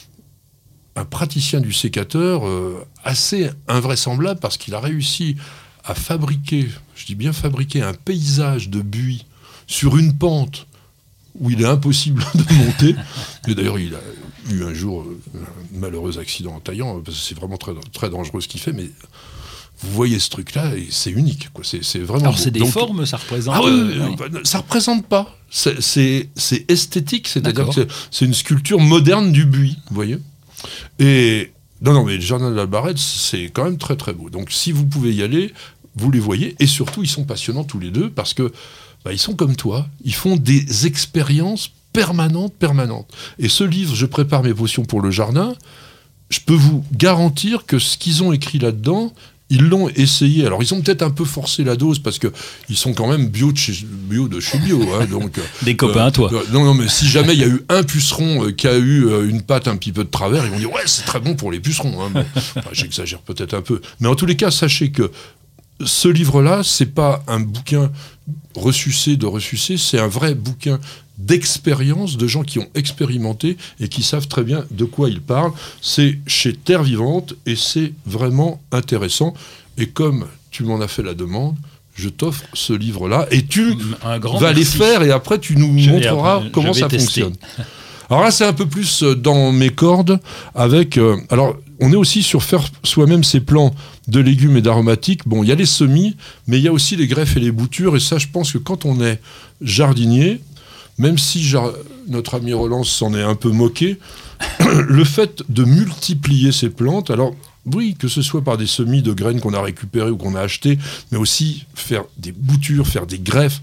un praticien du sécateur euh, assez invraisemblable parce qu'il a réussi à fabriquer, je dis bien fabriquer, un paysage de buis sur une pente où il est impossible de monter. Et d'ailleurs, il a eu un jour un malheureux accident en taillant, parce que c'est vraiment très, très dangereux ce qu'il fait, mais vous voyez ce truc-là, et c'est unique, quoi. C'est, c'est vraiment Alors beau. c'est des Donc, formes, ça représente... Ah oui, euh, oui. bah, ça représente pas. C'est, c'est, c'est esthétique, c'est-à-dire D'accord. que c'est, c'est une sculpture moderne du buis, vous voyez. Et non, non, mais le jardin de l'Albarède, c'est quand même très très beau. Donc si vous pouvez y aller, vous les voyez. Et surtout, ils sont passionnants tous les deux parce que bah, ils sont comme toi. Ils font des expériences permanentes, permanentes. Et ce livre, Je prépare mes potions pour le jardin, je peux vous garantir que ce qu'ils ont écrit là-dedans, ils l'ont essayé. Alors, ils ont peut-être un peu forcé la dose parce qu'ils sont quand même bio de chez bio. De chez bio hein, donc, Des copains, euh, toi. Euh, non, non, mais si jamais il y a eu un puceron euh, qui a eu euh, une patte un petit peu de travers, ils vont dire « Ouais, c'est très bon pour les pucerons. Hein. » Enfin, j'exagère peut-être un peu. Mais en tous les cas, sachez que ce livre-là, c'est pas un bouquin ressucé de ressucé, c'est un vrai bouquin d'expérience, de gens qui ont expérimenté et qui savent très bien de quoi ils parlent. C'est chez Terre Vivante et c'est vraiment intéressant. Et comme tu m'en as fait la demande, je t'offre ce livre-là et tu Un grand vas les merci. faire et après tu nous Je- montreras après, comment je vais ça tester. fonctionne. Alors là, c'est un peu plus dans mes cordes avec... Euh, alors, on est aussi sur faire soi-même ses plants de légumes et d'aromatiques. Bon, il y a les semis, mais il y a aussi les greffes et les boutures. Et ça, je pense que quand on est jardinier, même si jar- notre ami Roland s'en est un peu moqué, le fait de multiplier ces plantes, alors oui, que ce soit par des semis de graines qu'on a récupérées ou qu'on a achetées, mais aussi faire des boutures, faire des greffes,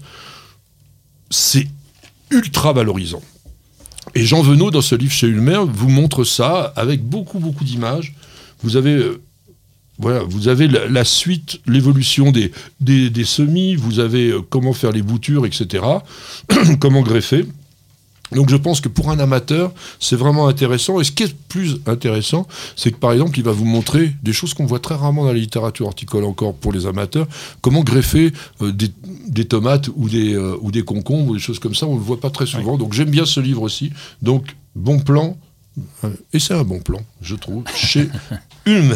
c'est ultra valorisant. Et Jean Venot, dans ce livre chez Ulmer, vous montre ça avec beaucoup, beaucoup d'images. Vous avez euh, voilà, vous avez la, la suite, l'évolution des, des, des semis, vous avez euh, comment faire les boutures, et cetera, comment greffer. Donc je pense que pour un amateur, c'est vraiment intéressant. Et ce qui est plus intéressant, c'est que par exemple, il va vous montrer des choses qu'on voit très rarement dans la littérature horticole encore pour les amateurs. Comment greffer euh, des, des tomates ou des, euh, ou des concombres ou des choses comme ça. On ne le voit pas très souvent. Oui. Donc j'aime bien ce livre aussi. Donc bon plan. Et c'est un bon plan, je trouve, chez Ulmer.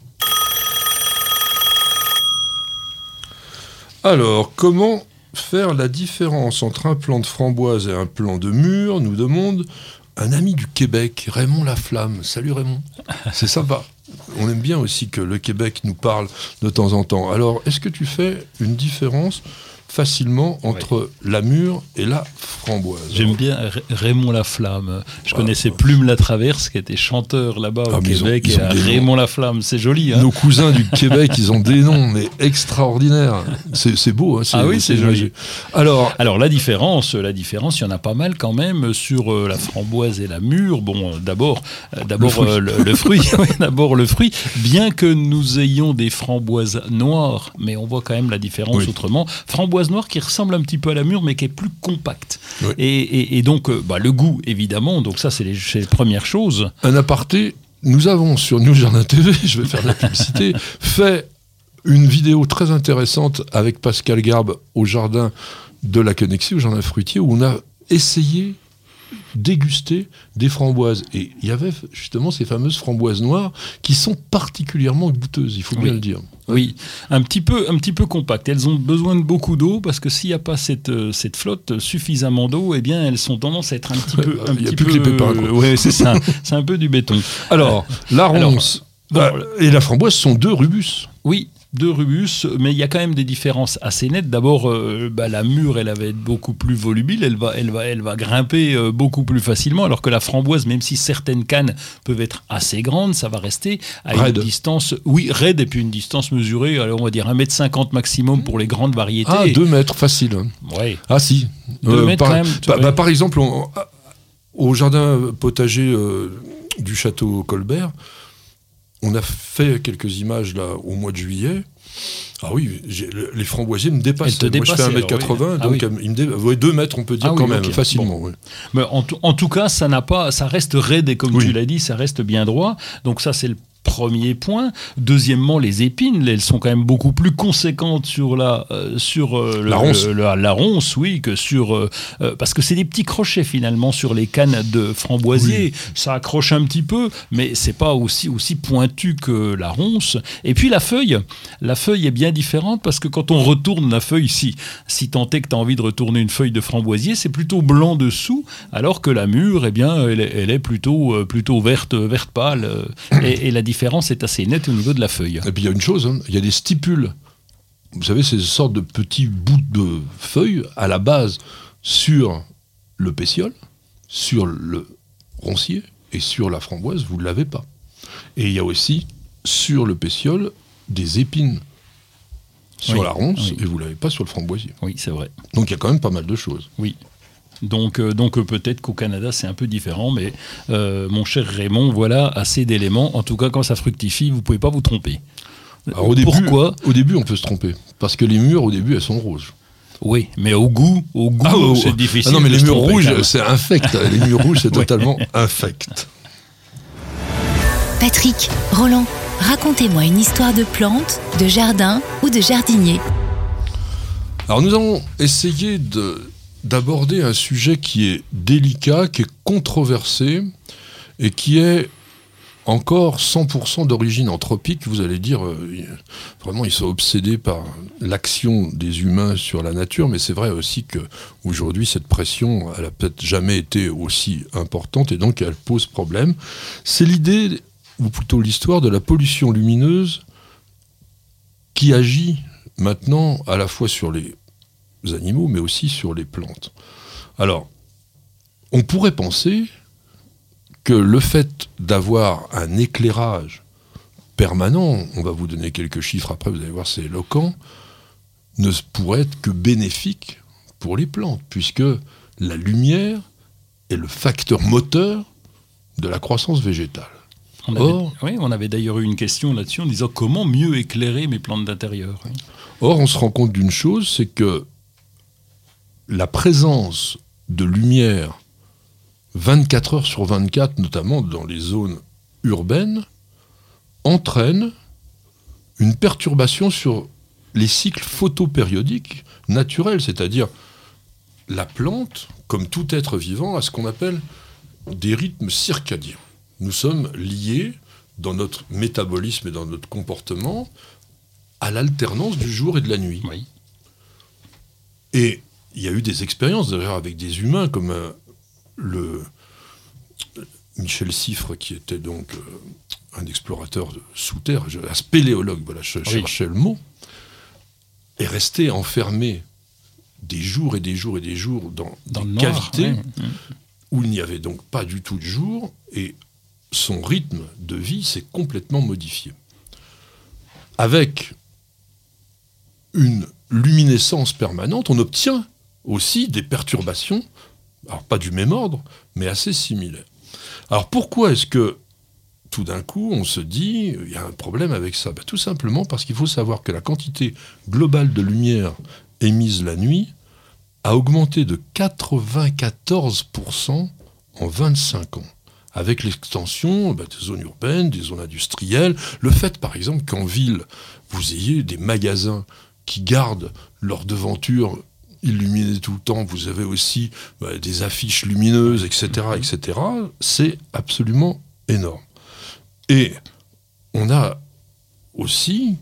Alors, comment faire la différence entre un plant de framboise et un plant de mûre, nous demande un ami du Québec, Raymond Laflamme. Salut Raymond. C'est sympa. On aime bien aussi que le Québec nous parle de temps en temps. Alors, est-ce que tu fais une différence facilement entre oui. la mûre et la framboise? J'aime bien R- Raymond Laflamme. Je ah, connaissais ouais. Plume Latraverse, qui était chanteur là-bas ah, au Québec. Ils ont, ils et Raymond Laflamme, c'est joli. Hein. Nos cousins du Québec, ils ont des noms, mais extraordinaires. C'est, c'est beau. Hein, c'est, ah oui, c'est, c'est joli. Alors, Alors la différence, la différence, il y en a pas mal quand même sur euh, la framboise et la mûre. Bon, euh, d'abord, euh, d'abord le fruit. Euh, le, le fruit. oui, d'abord le fruit. Bien que nous ayons des framboises noires, mais on voit quand même la différence oui. autrement. Framboise noire qui ressemble un petit peu à la mûre mais qui est plus compacte oui. et, et, et donc bah, le goût évidemment, donc ça c'est les, c'est les premières choses. Un aparté, nous avons sur News Jardin T V, je vais faire de la publicité, fait une vidéo très intéressante avec Pascal Garbe au jardin de la Connexie, au jardin fruitier, où on a essayé déguster des framboises. Et il y avait justement ces fameuses framboises noires qui sont particulièrement goûteuses, il faut oui. bien le dire. Oui, un petit peu, un petit peu compactes. Elles ont besoin de beaucoup d'eau parce que s'il n'y a pas cette, cette flotte suffisamment d'eau, eh bien elles sont tendance à être un petit peu... Il n'y a plus peu, que les pépins. Euh, oui, c'est ça. C'est un peu du béton. Alors, la ronce Alors, bon, euh, et la framboise sont deux rubus. Oui. Deux rubus, mais il y a quand même des différences assez nettes. D'abord, euh, bah, la mûre, elle va être beaucoup plus volubile, elle va, elle va, elle va grimper euh, beaucoup plus facilement, alors que la framboise, même si certaines cannes peuvent être assez grandes, ça va rester à raide. Une distance, oui, raide, et puis une distance mesurée, alors on va dire un mètre cinquante maximum pour les grandes variétés. Ah, deux mètres, facile. Oui. Ah si. deux euh, mètres par, quand même. Bah, bah, par exemple, on, au jardin potager euh, du château Colbert, on a fait quelques images là au mois de juillet. Ah oui, j'ai, les framboisiers me dépassent. Moi, je fais un mètre quatre-vingts, oui. donc ah oui. il me dé... ouais, deux mètres, on peut dire ah quand oui, même, okay. facilement. Bon. Oui. Mais en, t- en tout cas, ça, n'a pas, ça reste raide, et comme oui. tu l'as dit, ça reste bien droit. Donc ça, c'est le premier point. Deuxièmement, les épines, elles sont quand même beaucoup plus conséquentes sur la, euh, sur, euh, le, la, ronce. Le, la, la ronce, oui, que sur... Euh, euh, parce que c'est des petits crochets, finalement, sur les cannes de framboisier. Oui. Ça accroche un petit peu, mais c'est pas aussi, aussi pointu que la ronce. Et puis la feuille. La feuille est bien différente, parce que quand on retourne la feuille, si, si tant est que tu as envie de retourner une feuille de framboisier, c'est plutôt blanc dessous, alors que la mûre, eh bien, elle est, elle est plutôt, euh, plutôt verte, verte pâle. Euh, et, et la La différence est assez nette au niveau de la feuille. Et puis il y a une chose, hein, il y a des stipules. Vous savez, ces sortes de petits bouts de feuilles à la base sur le pétiole, sur le roncier et sur la framboise, vous ne l'avez pas. Et il y a aussi sur le pétiole des épines sur oui, la ronce oui. et vous ne l'avez pas sur le framboisier. Oui, c'est vrai. Donc il y a quand même pas mal de choses. Oui. Donc, euh, donc euh, peut-être qu'au Canada c'est un peu différent, mais euh, mon cher Raymond, voilà assez d'éléments. En tout cas, quand ça fructifie, vous ne pouvez pas vous tromper. Alors, au Pourquoi début, Au début, on peut se tromper, parce que les mûres, au début, elles sont rouges. Oui, mais au goût, au goût, ah, oh, c'est difficile. Ah non, mais les mûres rouges, c'est infect. Les mûres rouges, c'est totalement infect. Patrick, Roland, racontez-moi une histoire de plante, de jardin ou de jardinier. Alors, nous allons essayer de... d'aborder un sujet qui est délicat, qui est controversé et qui est encore cent pour cent d'origine anthropique. Vous allez dire, euh, vraiment, ils sont obsédés par l'action des humains sur la nature, mais c'est vrai aussi qu'aujourd'hui, cette pression, elle n'a peut-être jamais été aussi importante et donc elle pose problème. C'est l'idée, ou plutôt l'histoire de la pollution lumineuse qui agit maintenant à la fois sur les animaux, mais aussi sur les plantes. Alors, on pourrait penser que le fait d'avoir un éclairage permanent, on va vous donner quelques chiffres après, vous allez voir, c'est éloquent, ne pourrait être que bénéfique pour les plantes, puisque la lumière est le facteur moteur de la croissance végétale. On avait, Or, oui, on avait d'ailleurs eu une question là-dessus en disant comment mieux éclairer mes plantes d'intérieur. Oui. Or, on se rend compte d'une chose, c'est que la présence de lumière vingt-quatre heures sur vingt-quatre, notamment dans les zones urbaines, entraîne une perturbation sur les cycles photopériodiques naturels, c'est-à-dire la plante, comme tout être vivant, a ce qu'on appelle des rythmes circadiens. Nous sommes liés dans notre métabolisme et dans notre comportement à l'alternance du jour et de la nuit. Oui. Et il y a eu des expériences d'ailleurs avec des humains comme euh, le Michel Siffre, qui était donc euh, un explorateur de, sous terre, un spéléologue, voilà, je oui. cherchais le mot, est resté enfermé des jours et des jours et des jours dans, dans des cavités noir, ouais. où il n'y avait donc pas du tout de jour, et son rythme de vie s'est complètement modifié. Avec une luminescence permanente, on obtient aussi des perturbations, alors pas du même ordre, mais assez similaires. Alors pourquoi est-ce que tout d'un coup on se dit il y a un problème avec ça ? Ben, tout simplement parce qu'il faut savoir que la quantité globale de lumière émise la nuit a augmenté de quatre-vingt-quatorze pour cent en vingt-cinq ans. Avec l'extension ben, des zones urbaines, des zones industrielles, le fait par exemple qu'en ville, vous ayez des magasins qui gardent leur devanture illuminée tout le temps, vous avez aussi ben, des affiches lumineuses, et cetera, et cetera, c'est absolument énorme. Et on a aussi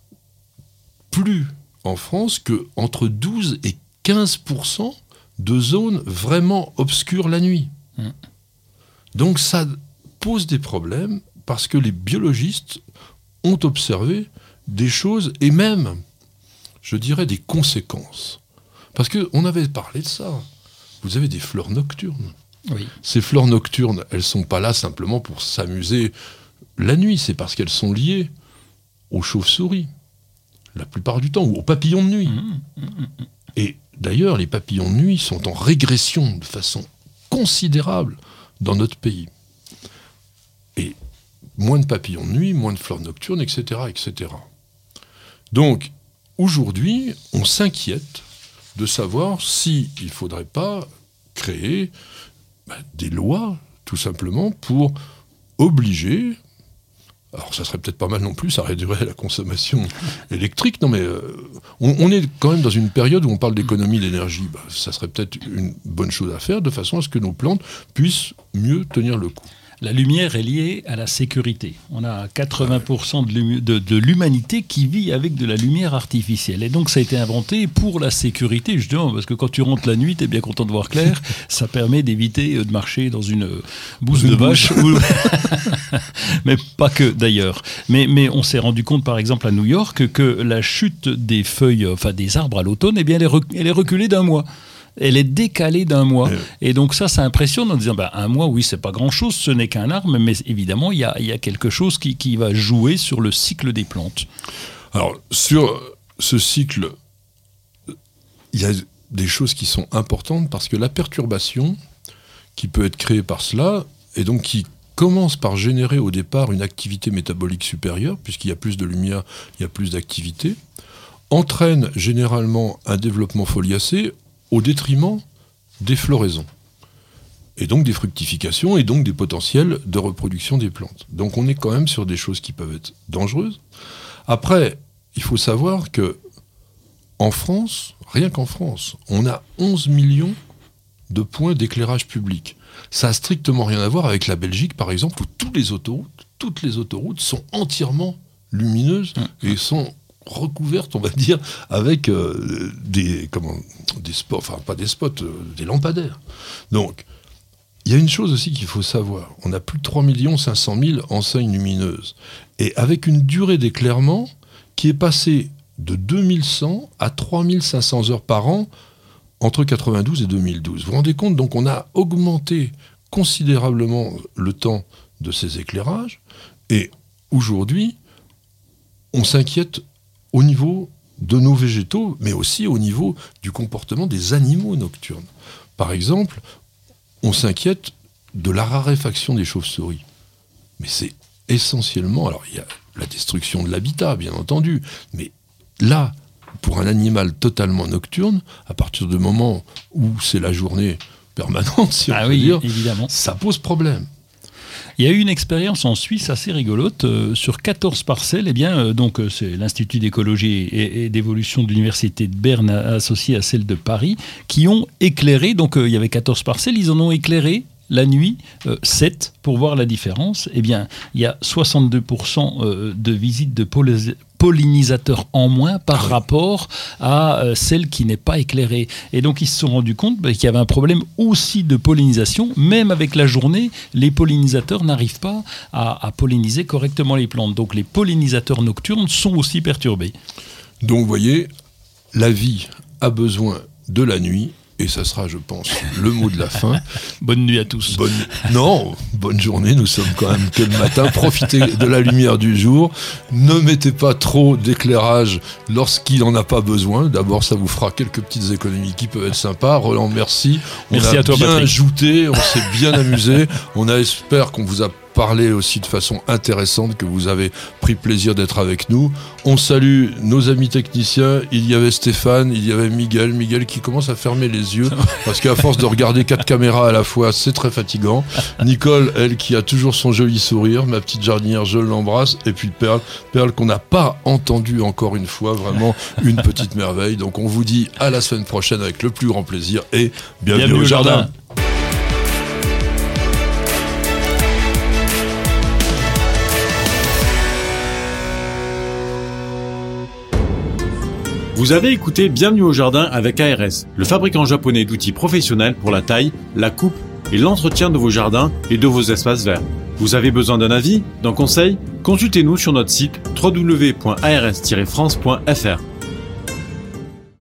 plus en France qu'entre douze et quinze pour cent de zones vraiment obscures la nuit. Mmh. Donc ça pose des problèmes parce que les biologistes ont observé des choses et même, je dirais, des conséquences. Parce qu'on avait parlé de ça. Vous avez des fleurs nocturnes. Oui. Ces fleurs nocturnes, elles ne sont pas là simplement pour s'amuser la nuit, c'est parce qu'elles sont liées aux chauves-souris, la plupart du temps, ou aux papillons de nuit. Mmh, mmh, mmh. Et d'ailleurs, les papillons de nuit sont en régression de façon considérable dans notre pays. Et moins de papillons de nuit, moins de fleurs nocturnes, et cetera, et cetera. Donc, aujourd'hui, on s'inquiète de savoir s'il ne faudrait pas créer bah, des lois, tout simplement, pour obliger... Alors, ça serait peut-être pas mal non plus, ça réduirait la consommation électrique. Non, mais euh, on, on est quand même dans une période où on parle d'économie d'énergie. Bah, ça serait peut-être une bonne chose à faire, de façon à ce que nos plantes puissent mieux tenir le coup. La lumière est liée à la sécurité. On a quatre-vingts pour cent de, l'hum- de, de l'humanité qui vit avec de la lumière artificielle. Et donc, ça a été inventé pour la sécurité, justement, parce que quand tu rentres la nuit, tu es bien content de voir clair. Ça permet d'éviter de marcher dans une bouse de vache. Ou... mais pas que, d'ailleurs. Mais, mais on s'est rendu compte, par exemple, à New York, que la chute des feuilles, enfin des arbres à l'automne, eh bien, elle est, rec- elle est reculée d'un mois. Elle est décalée d'un mois. Euh. Et donc ça, ça impressionne en disant, bah, un mois, oui, c'est pas grand-chose, ce n'est qu'un arbre, mais évidemment, il y a, y a quelque chose qui, qui va jouer sur le cycle des plantes. Alors, sur ce cycle, il y a des choses qui sont importantes, parce que la perturbation qui peut être créée par cela, et donc qui commence par générer au départ une activité métabolique supérieure, puisqu'il y a plus de lumière, il y a plus d'activité, entraîne généralement un développement foliacé, au détriment des floraisons, et donc des fructifications, et donc des potentiels de reproduction des plantes. Donc on est quand même sur des choses qui peuvent être dangereuses. Après, il faut savoir que en France, rien qu'en France, on a onze millions de points d'éclairage public. Ça n'a strictement rien à voir avec la Belgique, par exemple, où toutes les autoroutes, toutes les autoroutes sont entièrement lumineuses mmh. et sont recouvertes, on va dire, avec euh, des, comment, des spots, enfin pas des spots, euh, des lampadaires. Donc, il y a une chose aussi qu'il faut savoir. On a plus de trois millions cinq cent mille enseignes lumineuses. Et avec une durée d'éclairement qui est passée de deux mille cent à trois mille cinq cents heures par an entre quatre-vingt-douze et deux mille douze. Vous vous rendez compte ? Donc, on a augmenté considérablement le temps de ces éclairages. Et aujourd'hui, on s'inquiète au niveau de nos végétaux, mais aussi au niveau du comportement des animaux nocturnes. Par exemple, on s'inquiète de la raréfaction des chauves-souris. Mais c'est essentiellement, alors il y a la destruction de l'habitat, bien entendu, mais là, pour un animal totalement nocturne, à partir du moment où c'est la journée permanente, si on ah peut oui, dire, évidemment. ça pose problème. Il y a eu une expérience en Suisse assez rigolote euh, sur quatorze parcelles. Eh bien, euh, donc euh, c'est l'Institut d'écologie et, et d'évolution de l'université de Berne associé à celle de Paris qui ont éclairé. Donc euh, il y avait quatorze parcelles, ils en ont éclairé la nuit euh, sept pour voir la différence. Eh bien, il y a soixante-deux pour cent euh, de visites de pollinisations pollinisateurs en moins par ah oui. rapport à euh, celle qui n'est pas éclairée. Et donc ils se sont rendus compte bah, qu'il y avait un problème aussi de pollinisation. Même avec la journée, les pollinisateurs n'arrivent pas à, à polliniser correctement les plantes. Donc les pollinisateurs nocturnes sont aussi perturbés. Donc vous voyez, la vie a besoin de la nuit. Et ça sera, je pense, le mot de la fin. Bonne nuit à tous. Bonne... Non, bonne journée, nous sommes quand même que le matin. Profitez de la lumière du jour. Ne mettez pas trop d'éclairage lorsqu'il n'en a pas besoin. D'abord, ça vous fera quelques petites économies qui peuvent être sympas. Roland, merci. On merci a à toi, bien Patrick. ajouté, on s'est bien amusé. On a, espère qu'on vous a parler aussi de façon intéressante, que vous avez pris plaisir d'être avec nous. On salue nos amis techniciens. Il y avait Stéphane, il y avait Miguel. Miguel qui commence à fermer les yeux parce qu'à force de regarder quatre caméras à la fois, c'est très fatigant. Nicole, elle, qui a toujours son joli sourire. Ma petite jardinière, je l'embrasse. Et puis Perle, Perle qu'on n'a pas entendu encore une fois. Vraiment une petite merveille. Donc on vous dit à la semaine prochaine avec le plus grand plaisir et bienvenue, bienvenue au jardin. jardin. Vous avez écouté Bienvenue au jardin avec A R S, le fabricant japonais d'outils professionnels pour la taille, la coupe et l'entretien de vos jardins et de vos espaces verts. Vous avez besoin d'un avis, d'un conseil ? Consultez-nous sur notre site w w w point a r s tiret france point f r.